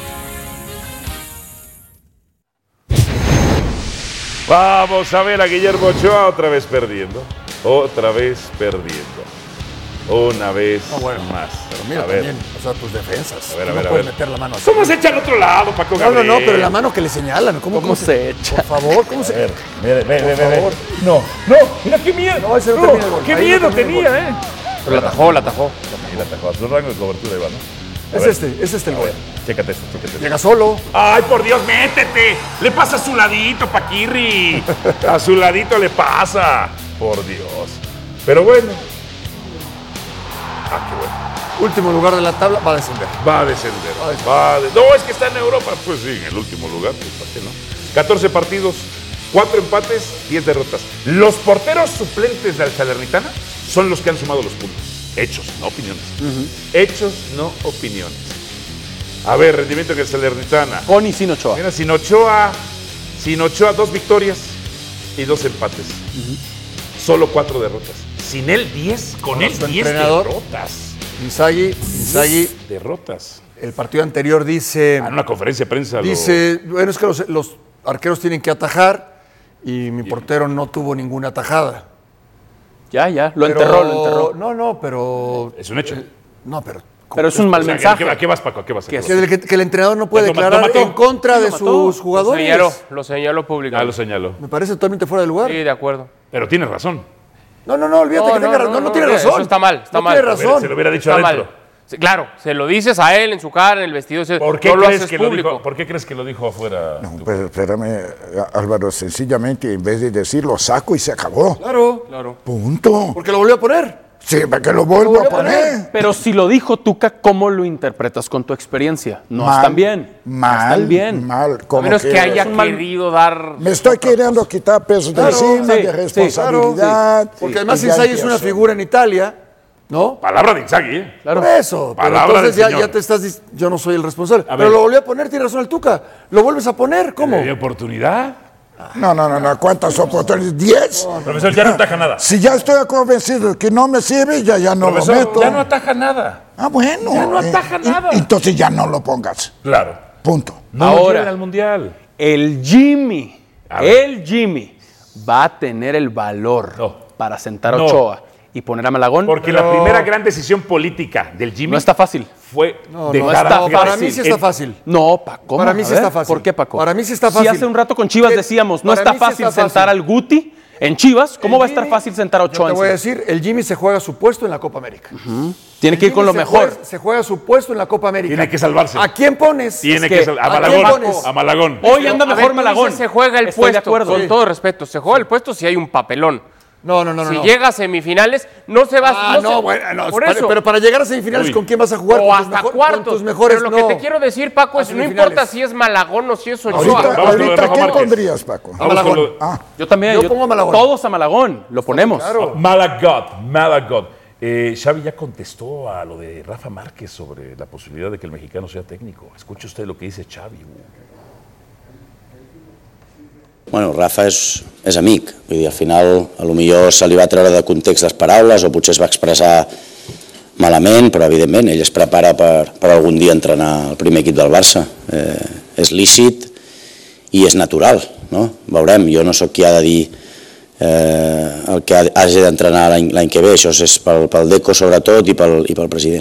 Vamos a ver a Guillermo Ochoa otra vez perdiendo. Una vez más. Pero mira, a ver. también, o sea, tus defensas. A ver. No puedes meter la mano así. ¿Cómo se echa al otro lado, Paco Gabriel? No, pero la mano que le señalan. ¿Cómo se echa? Por favor, ¿cómo se echa? Por favor. No, mira qué miedo. No, ese no termina el gol. Qué Ahí miedo no termina el tenía, Pero la atajó. Sí, la atajó. A su rango de cobertura iba, ¿no? Es este el gol. Chécate esto. Llega solo. ¡Ay, por Dios, métete! Le pasa a su ladito, Paquirri. A su ladito le pasa. Por Dios. Pero bueno. Qué bueno. Último lugar de la tabla, va a descender. No, es que está en Europa. Pues sí, en el último lugar. Pues, ¿para qué no? 14 partidos, 4 empates, 10 derrotas. Los porteros suplentes del Salernitana son los que han sumado los puntos. Hechos, no opiniones. Hechos, no opiniones. A ver, rendimiento en el Salernitana. Con y sin Ochoa. Mira, sin Ochoa, 2 victorias y 2 empates. Solo 4 derrotas. Sin él 10, con él 10 derrotas. Inzaghi. Derrotas. El partido anterior dice... En una conferencia de prensa dice, bueno, es que los arqueros tienen que atajar y mi portero no tuvo ninguna atajada. Ya, lo enterró. No, pero... Es un hecho. Pero es un mal mensaje. ¿A qué vas, Paco? Que el entrenador no puede declarar en contra de sus jugadores. Lo señaló públicamente. Lo señaló. Me parece totalmente fuera de lugar. Sí, de acuerdo. Pero tienes razón. No, olvídate que tenga razón. No tiene razón. Eso está mal, no tiene razón. Se lo hubiera dicho adentro. Sí, claro, se lo dices a él en su cara, en el vestido. ¿Por qué crees que público? ¿Por qué crees que lo dijo afuera? No, pues espérame, Álvaro, sencillamente en vez de decir lo saco y se acabó. Claro. Punto. Porque lo volvió a poner. Sí, porque lo vuelvo a poner. Pero si lo dijo Tuca, ¿cómo lo interpretas con tu experiencia? No están bien. Mal. A menos que haya querido dar... Me estoy queriendo quitar peso de encima, de responsabilidad. Porque además Inzaghi es una figura en Italia, ¿no? Palabra de Inzaghi, Claro. Por eso. Pero entonces ya te estás diciendo, yo no soy el responsable. Pero lo volvió a poner, tiene razón el Tuca. ¿Lo vuelves a poner? ¿Cómo? ¿Le oportunidad? No. ¿Cuántas oportunidades? 10. Profesor, ya no ataja nada. Si ya estoy convencido de que no me sirve, ya no lo meto. Ya no ataja nada. Bueno. Ya no ataja nada. Entonces ya no lo pongas. Claro. Punto. No ahora al Mundial. El Jimmy va a tener el valor para sentar a Ochoa y poner a Malagón. Porque la primera gran decisión política del Jimmy no está fácil. Fue para mí sí está fácil. No, Paco. Para mí sí está fácil. ¿Por qué, Paco? Para mí sí está fácil. Si hace un rato con Chivas decíamos, no está fácil sentar al Guti En Chivas, ¿cómo va a estar fácil sentar a Ochoa? Te voy a decir, el Jimmy se juega su puesto en la Copa América. Tiene que ir con lo mejor. Se juega su puesto en la Copa América. Tiene que salvarse. ¿A quién pones? Tiene que a Malagón. A Malagón. Hoy anda mejor Malagón. Se juega el puesto, con todo respeto. Se juega el puesto si hay un papelón. No. Si llega a semifinales, no se va por eso. Pero para llegar a semifinales, ¿con quién vas a jugar? O hasta cuartos. Con tus mejores, pero lo que te quiero decir, Paco, es no importa si es Malagón o si es Ochoa. Ahorita ¿quién pondrías, Paco? A Malagón. Yo también. Yo pongo a Malagón. Todos a Malagón. Lo ponemos. Claro. Malagón. Xavi ya contestó a lo de Rafa Márquez sobre la posibilidad de que el mexicano sea técnico. Escuche usted lo que dice Xavi. Bueno, Rafa és amic, vull dir, al final potser se li va treure de context les paraules o potser es va expressar malament, però evidentment ell es prepara per algun dia entrenar el primer equip del Barça. És lícit i és natural, no? Veurem, jo no sóc qui ha de dir el que hagi d'entrenar l'any que ve, això és pel Deco sobretot i pel president.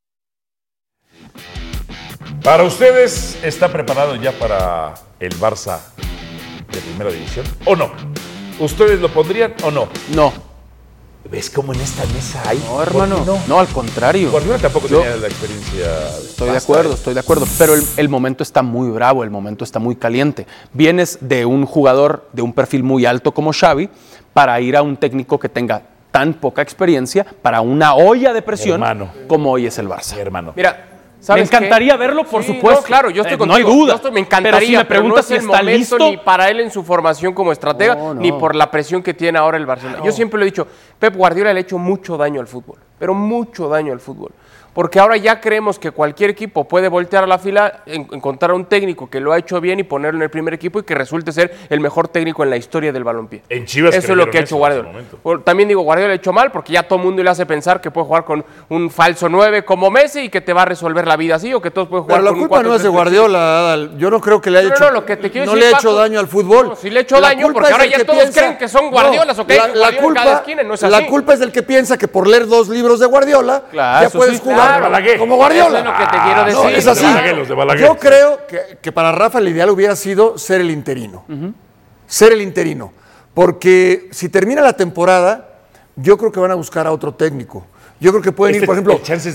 Para ustedes, ¿está preparado ya para el Barça de primera división o no? ¿Ustedes lo pondrían o no? No. ¿Ves cómo en esta mesa hay? No, hermano. No, al contrario. Guardiola tampoco tenía la experiencia. Estoy de acuerdo. Pero el momento está muy bravo, el momento está muy caliente. Vienes de un jugador de un perfil muy alto como Xavi para ir a un técnico que tenga tan poca experiencia para una olla de presión como hoy es el Barça. Hermano. Mira, me encantaría verlo, por supuesto. No, claro, yo estoy contigo. No hay duda. Me encantaría, pero si me preguntas si está listo, ni para él en su formación como estratega, ni por la presión que tiene ahora el Barcelona. Yo siempre lo he dicho, Pep Guardiola le ha hecho mucho daño al fútbol, pero mucho daño al fútbol. Porque ahora ya creemos que cualquier equipo puede voltear a la fila, encontrar a un técnico que lo ha hecho bien y ponerlo en el primer equipo y que resulte ser el mejor técnico en la historia del balompié. En Chivas eso es lo que ha hecho Guardiola. También digo, Guardiola lo ha hecho mal porque ya todo el mundo le hace pensar que puede jugar con un falso 9 como Messi y que te va a resolver la vida así o que todos pueden jugar con un 4-3-3. Pero la culpa no es de Guardiola, Adal. Yo no creo que le haya hecho. Lo que te quiero no decir, le ha hecho daño al fútbol. No, sí le ha hecho daño porque ahora ya todos creen que son Guardiolas o que hay Guardiola en cada esquina, no es así. La culpa es del que piensa que por leer 2 libros de Guardiola ya puedes jugar como Guardiola. Eso es lo que te quiero decir. No, es así. Yo creo que para Rafa el ideal hubiera sido ser el interino. Ser el interino. Porque si termina la temporada, yo creo que van a buscar a otro técnico. Yo creo que pueden ir, por ejemplo,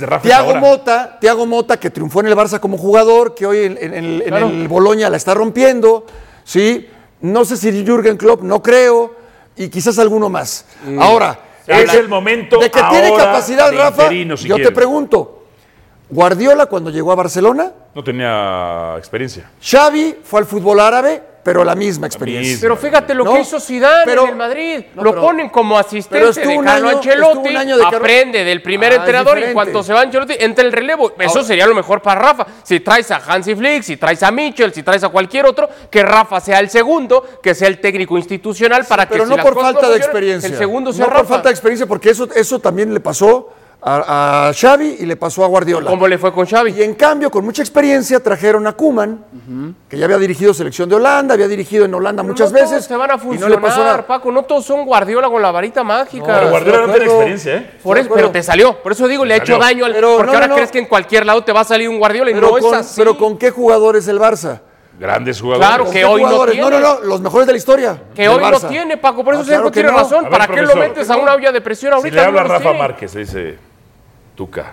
Thiago Motta, que triunfó en el Barça como jugador, que hoy en el Bologna la está rompiendo. ¿Sí? No sé si Jürgen Klopp, no creo. Y quizás alguno más. Ahora, es el momento de que tiene capacidad Rafa. Yo te pregunto, Guardiola cuando llegó a Barcelona no tenía experiencia. Xavi fue al fútbol árabe, pero la misma experiencia. Pero fíjate lo que hizo Zidane en el Madrid. Lo ponen como asistente de Carlo Ancelotti, aprende del primer entrenador y en cuanto se va Ancelotti, entra el relevo. Eso sería lo mejor para Rafa. Si traes a Hansi Flick, si traes a Michel, si traes a cualquier otro, que Rafa sea el segundo, que sea el técnico institucional para que pero no por falta de experiencia. El segundo sea Rafa. No por falta de experiencia, porque eso también le pasó a Xavi y le pasó a Guardiola. ¿Cómo le fue con Xavi? Y en cambio, con mucha experiencia, trajeron a Koeman, que ya había dirigido selección de Holanda, había dirigido en Holanda muchas veces. Se van a funcionar, no le pasó nada. Paco, no todos son Guardiola con la varita mágica. No, pero Guardiola no tiene experiencia, ¿eh? Pero te salió, por eso digo, le ha hecho daño porque ahora crees que en cualquier lado te va a salir un Guardiola y no es así. Pero ¿con qué jugadores el Barça? Grandes jugadores. Claro, que hoy no tiene. No, los mejores de la historia. Que hoy no tiene, Paco, por eso siempre tiene razón. Ver, ¿Para qué lo metes a una olla de presión ahorita? Si le habla a Rafa Márquez, le dice, Tuca,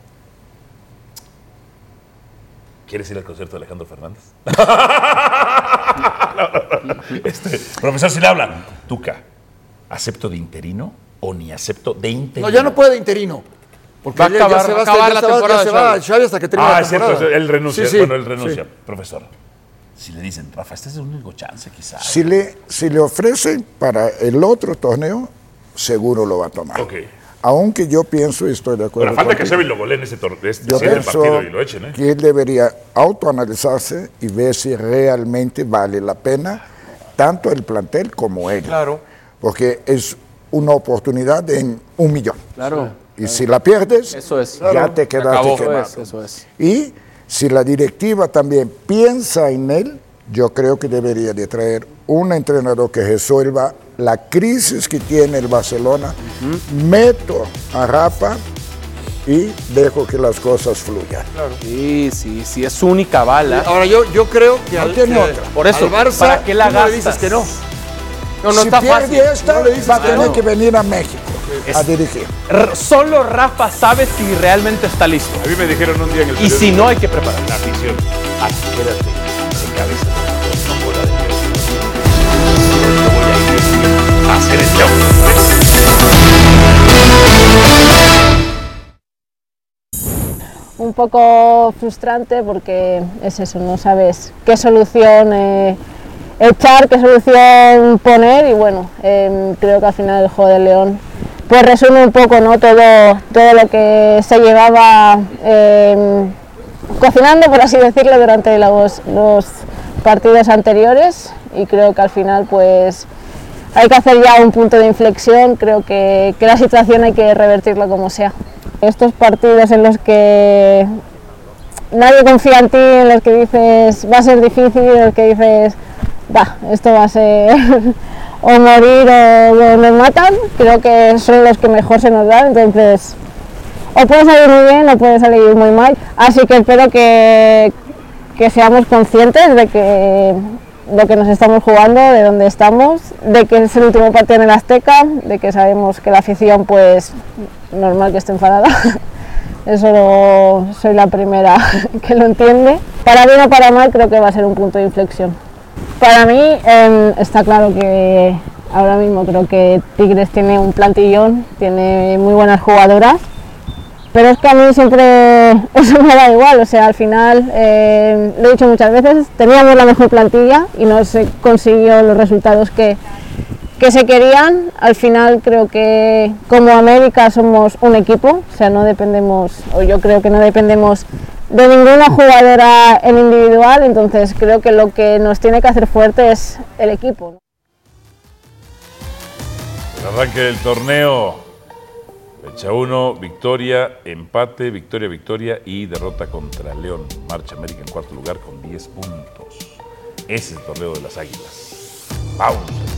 ¿quieres ir al concierto de Alejandro Fernández? Profesor, si le habla, Tuca, ¿acepto de interino o ni acepto de interino? No, ya no puede de interino. Porque va a acabar la temporada. Se va Xavi hasta que termine la temporada. Es cierto, él renuncia. Sí. Bueno, él renuncia. Sí. Profesor, si le dicen, Rafa, este es el único chance quizás. Si le ofrecen para el otro torneo, seguro lo va a tomar. Okay. Aunque yo pienso, y estoy de acuerdo. Pero falta que Xavi lo golee en ese yo pienso partido y lo echen, ¿eh? Que él debería autoanalizarse y ver si realmente vale la pena tanto el plantel como él. Claro. Porque es una oportunidad en 1 millón. Claro. Y si la pierdes, ya te quedaste quemado. Eso es. Y si la directiva también piensa en él, yo creo que debería de traer un entrenador que resuelva la crisis que tiene el Barcelona, meto a Rafa y dejo que las cosas fluyan. Claro. Sí, es única bala. Ahora yo creo que no tiene otra. Por eso, al Barça, ¿para qué la gastas? Le dices que no. No, si está pierde fácil. esta, va a tener que venir a México a dirigir. Solo Rafa sabe si realmente está listo. A mí me dijeron un día en el Y si no, hay que preparar. La afición, quédate en cabeza. No bola de Dios. Yo voy a ir a hacer el show. Un poco frustrante porque es eso, no sabes qué solución echar, qué solución poner y bueno, creo que al final el juego del León pues resume un poco, ¿no? todo lo que se llevaba cocinando, por así decirlo, durante los partidos anteriores y creo que al final pues hay que hacer ya un punto de inflexión, creo que la situación hay que revertirla como sea. Estos partidos en los que nadie confía en ti, en los que dices va a ser difícil, en los que dices esto va a ser o morir o nos matan, creo que son los que mejor se nos dan, entonces o puede salir muy bien o puede salir muy mal, así que espero que seamos conscientes de que lo que nos estamos jugando, de dónde estamos, de que es el último partido en el Azteca, de que sabemos que la afición pues normal que esté enfadada, eso soy la primera que lo entiende. Para bien o para mal creo que va a ser un punto de inflexión. Para mí está claro que ahora mismo creo que Tigres tiene un plantillón, tiene muy buenas jugadoras, pero es que a mí siempre eso me da igual, o sea, al final, lo he dicho muchas veces, teníamos la mejor plantilla y no se consiguió los resultados que se querían. Al final creo que como América somos un equipo, o sea, no dependemos, o yo creo que no dependemos de ninguna jugadora en individual, entonces creo que lo que nos tiene que hacer fuerte es el equipo. El arranque del torneo, fecha 1, victoria, empate, victoria y derrota contra León. Marcha América en cuarto lugar con 10 puntos. Ese es el torneo de las Águilas. Vamos.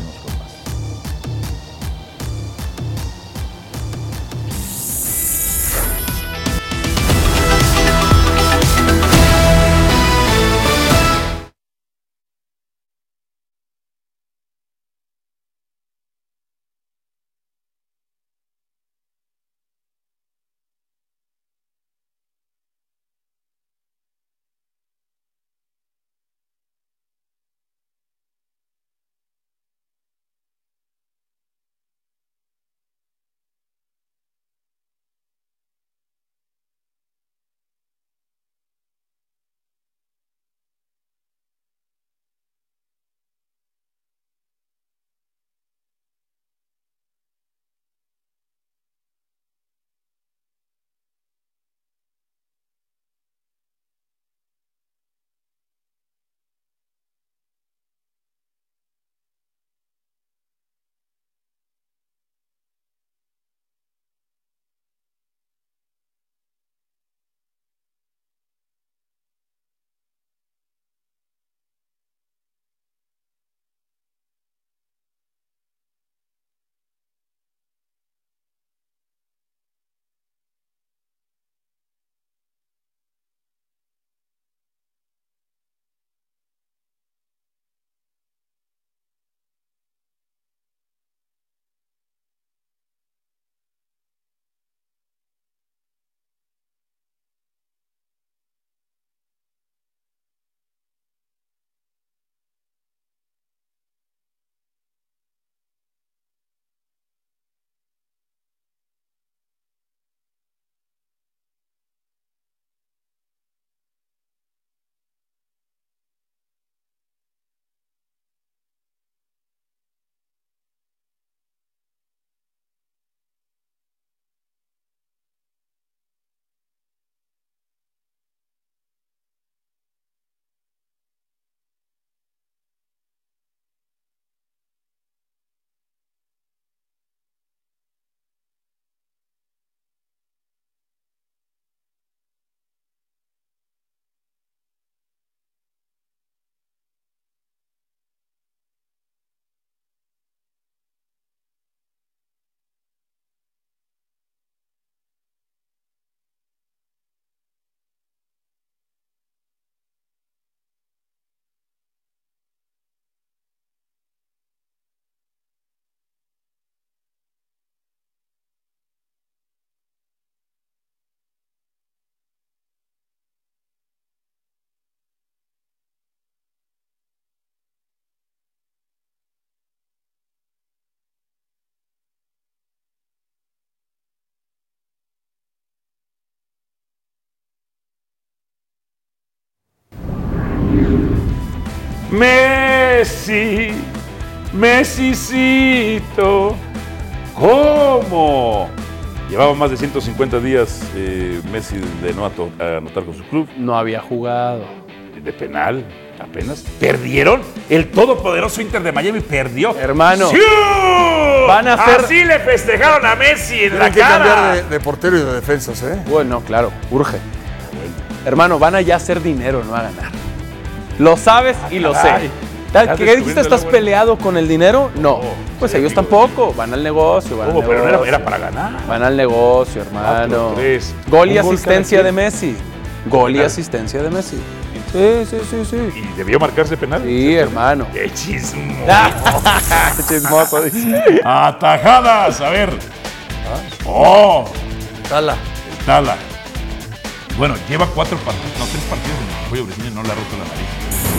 Messicito. ¿Cómo? Llevaba más de 150 días Messi de no anotar con su club. No había jugado. De penal, apenas. ¿Perdieron? El todopoderoso Inter de Miami perdió. Hermano. ¡Sí! Van a hacer... Así le festejaron a Messi en la cara. Tienen que cambiar de portero y de defensas, ¿eh? Bueno, claro, urge. Hermano, van a ya hacer dinero, no a ganar. Lo sabes y lo sé. ¿Qué dijiste? ¿Estás peleado con el dinero? No. Pues ellos tampoco. Van al negocio. ¿Cómo? Pero no era para ganar. Van al negocio, hermano. 4-3. Gol y asistencia de Messi. Gol y asistencia de Messi. Sí. ¿Y debió marcarse penal? Sí, hermano. ¡Qué chismoso! Chismoso, dice. Atajadas, a ver. ¡Oh! Tala. Bueno, lleva 3 partidos en el cuello brasileño, no le ha roto la nariz.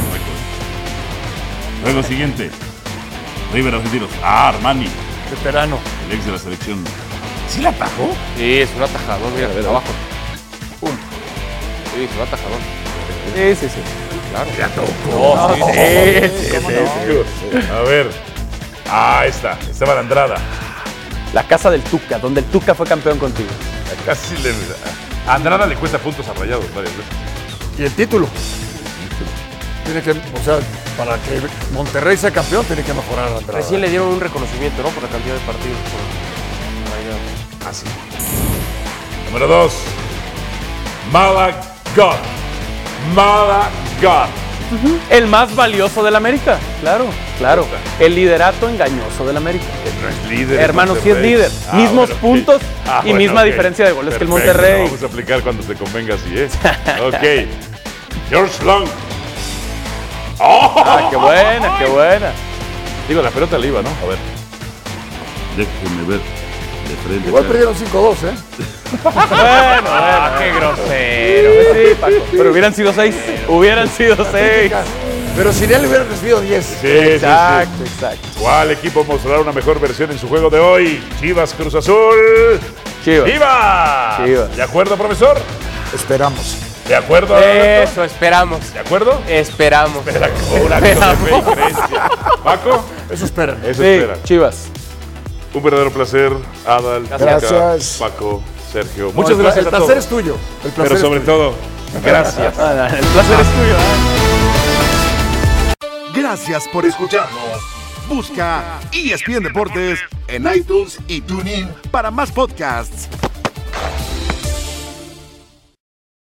Luego siguiente. River Argentinos. Armani. Veterano. El ex de la selección. ¿Sí la atajó? Sí, es un atajador, mira, abajo. Sí, es un atajador. Sí. Claro. Ya tocó. Sí. A ver. Esta. Esteban Andrada. La casa del Tuca, donde el Tuca fue campeón contigo. Casi le... A Andrada le cuesta puntos a Rayados varias veces. ¿Y el título? Tiene que, para que Monterrey sea campeón, tiene que mejorar a Andrada. Recién le dieron un reconocimiento, ¿no? Por la cantidad de partidos. Así. Número 2. Malagón. El más valioso del América, claro. El liderato engañoso del América. No es líder. Hermano, sí es líder. Mismos puntos y misma diferencia de goles que el Monterrey. Vamos a aplicar cuando te convenga así, ¿eh? Ok. George Long. Qué buena. Digo, la pelota le iba, ¿no? A ver. Déjenme ver. De frente. Igual perdieron 5-2, ¿eh? Bueno, qué grosero. Sí, Paco. Pero hubieran sido 6. Pero sin él hubieran recibido 10. Sí, exacto. ¿Cuál equipo mostrará una mejor versión en su juego de hoy? Chivas, Cruz Azul. Chivas. ¿De acuerdo, profesor? Esperamos. ¿De acuerdo? Eso, esperamos. ¿De acuerdo? Esperamos. Espera, un acto de fe y creencia. ¿Paco? Eso esperan. Chivas. Un verdadero placer, Adal, gracias. Paco, Sergio. Muchas gracias a todos. El placer es tuyo. Pero sobre todo, gracias. El placer es tuyo. Gracias por escucharnos. Busca ESPN Deportes en iTunes y TuneIn para más podcasts.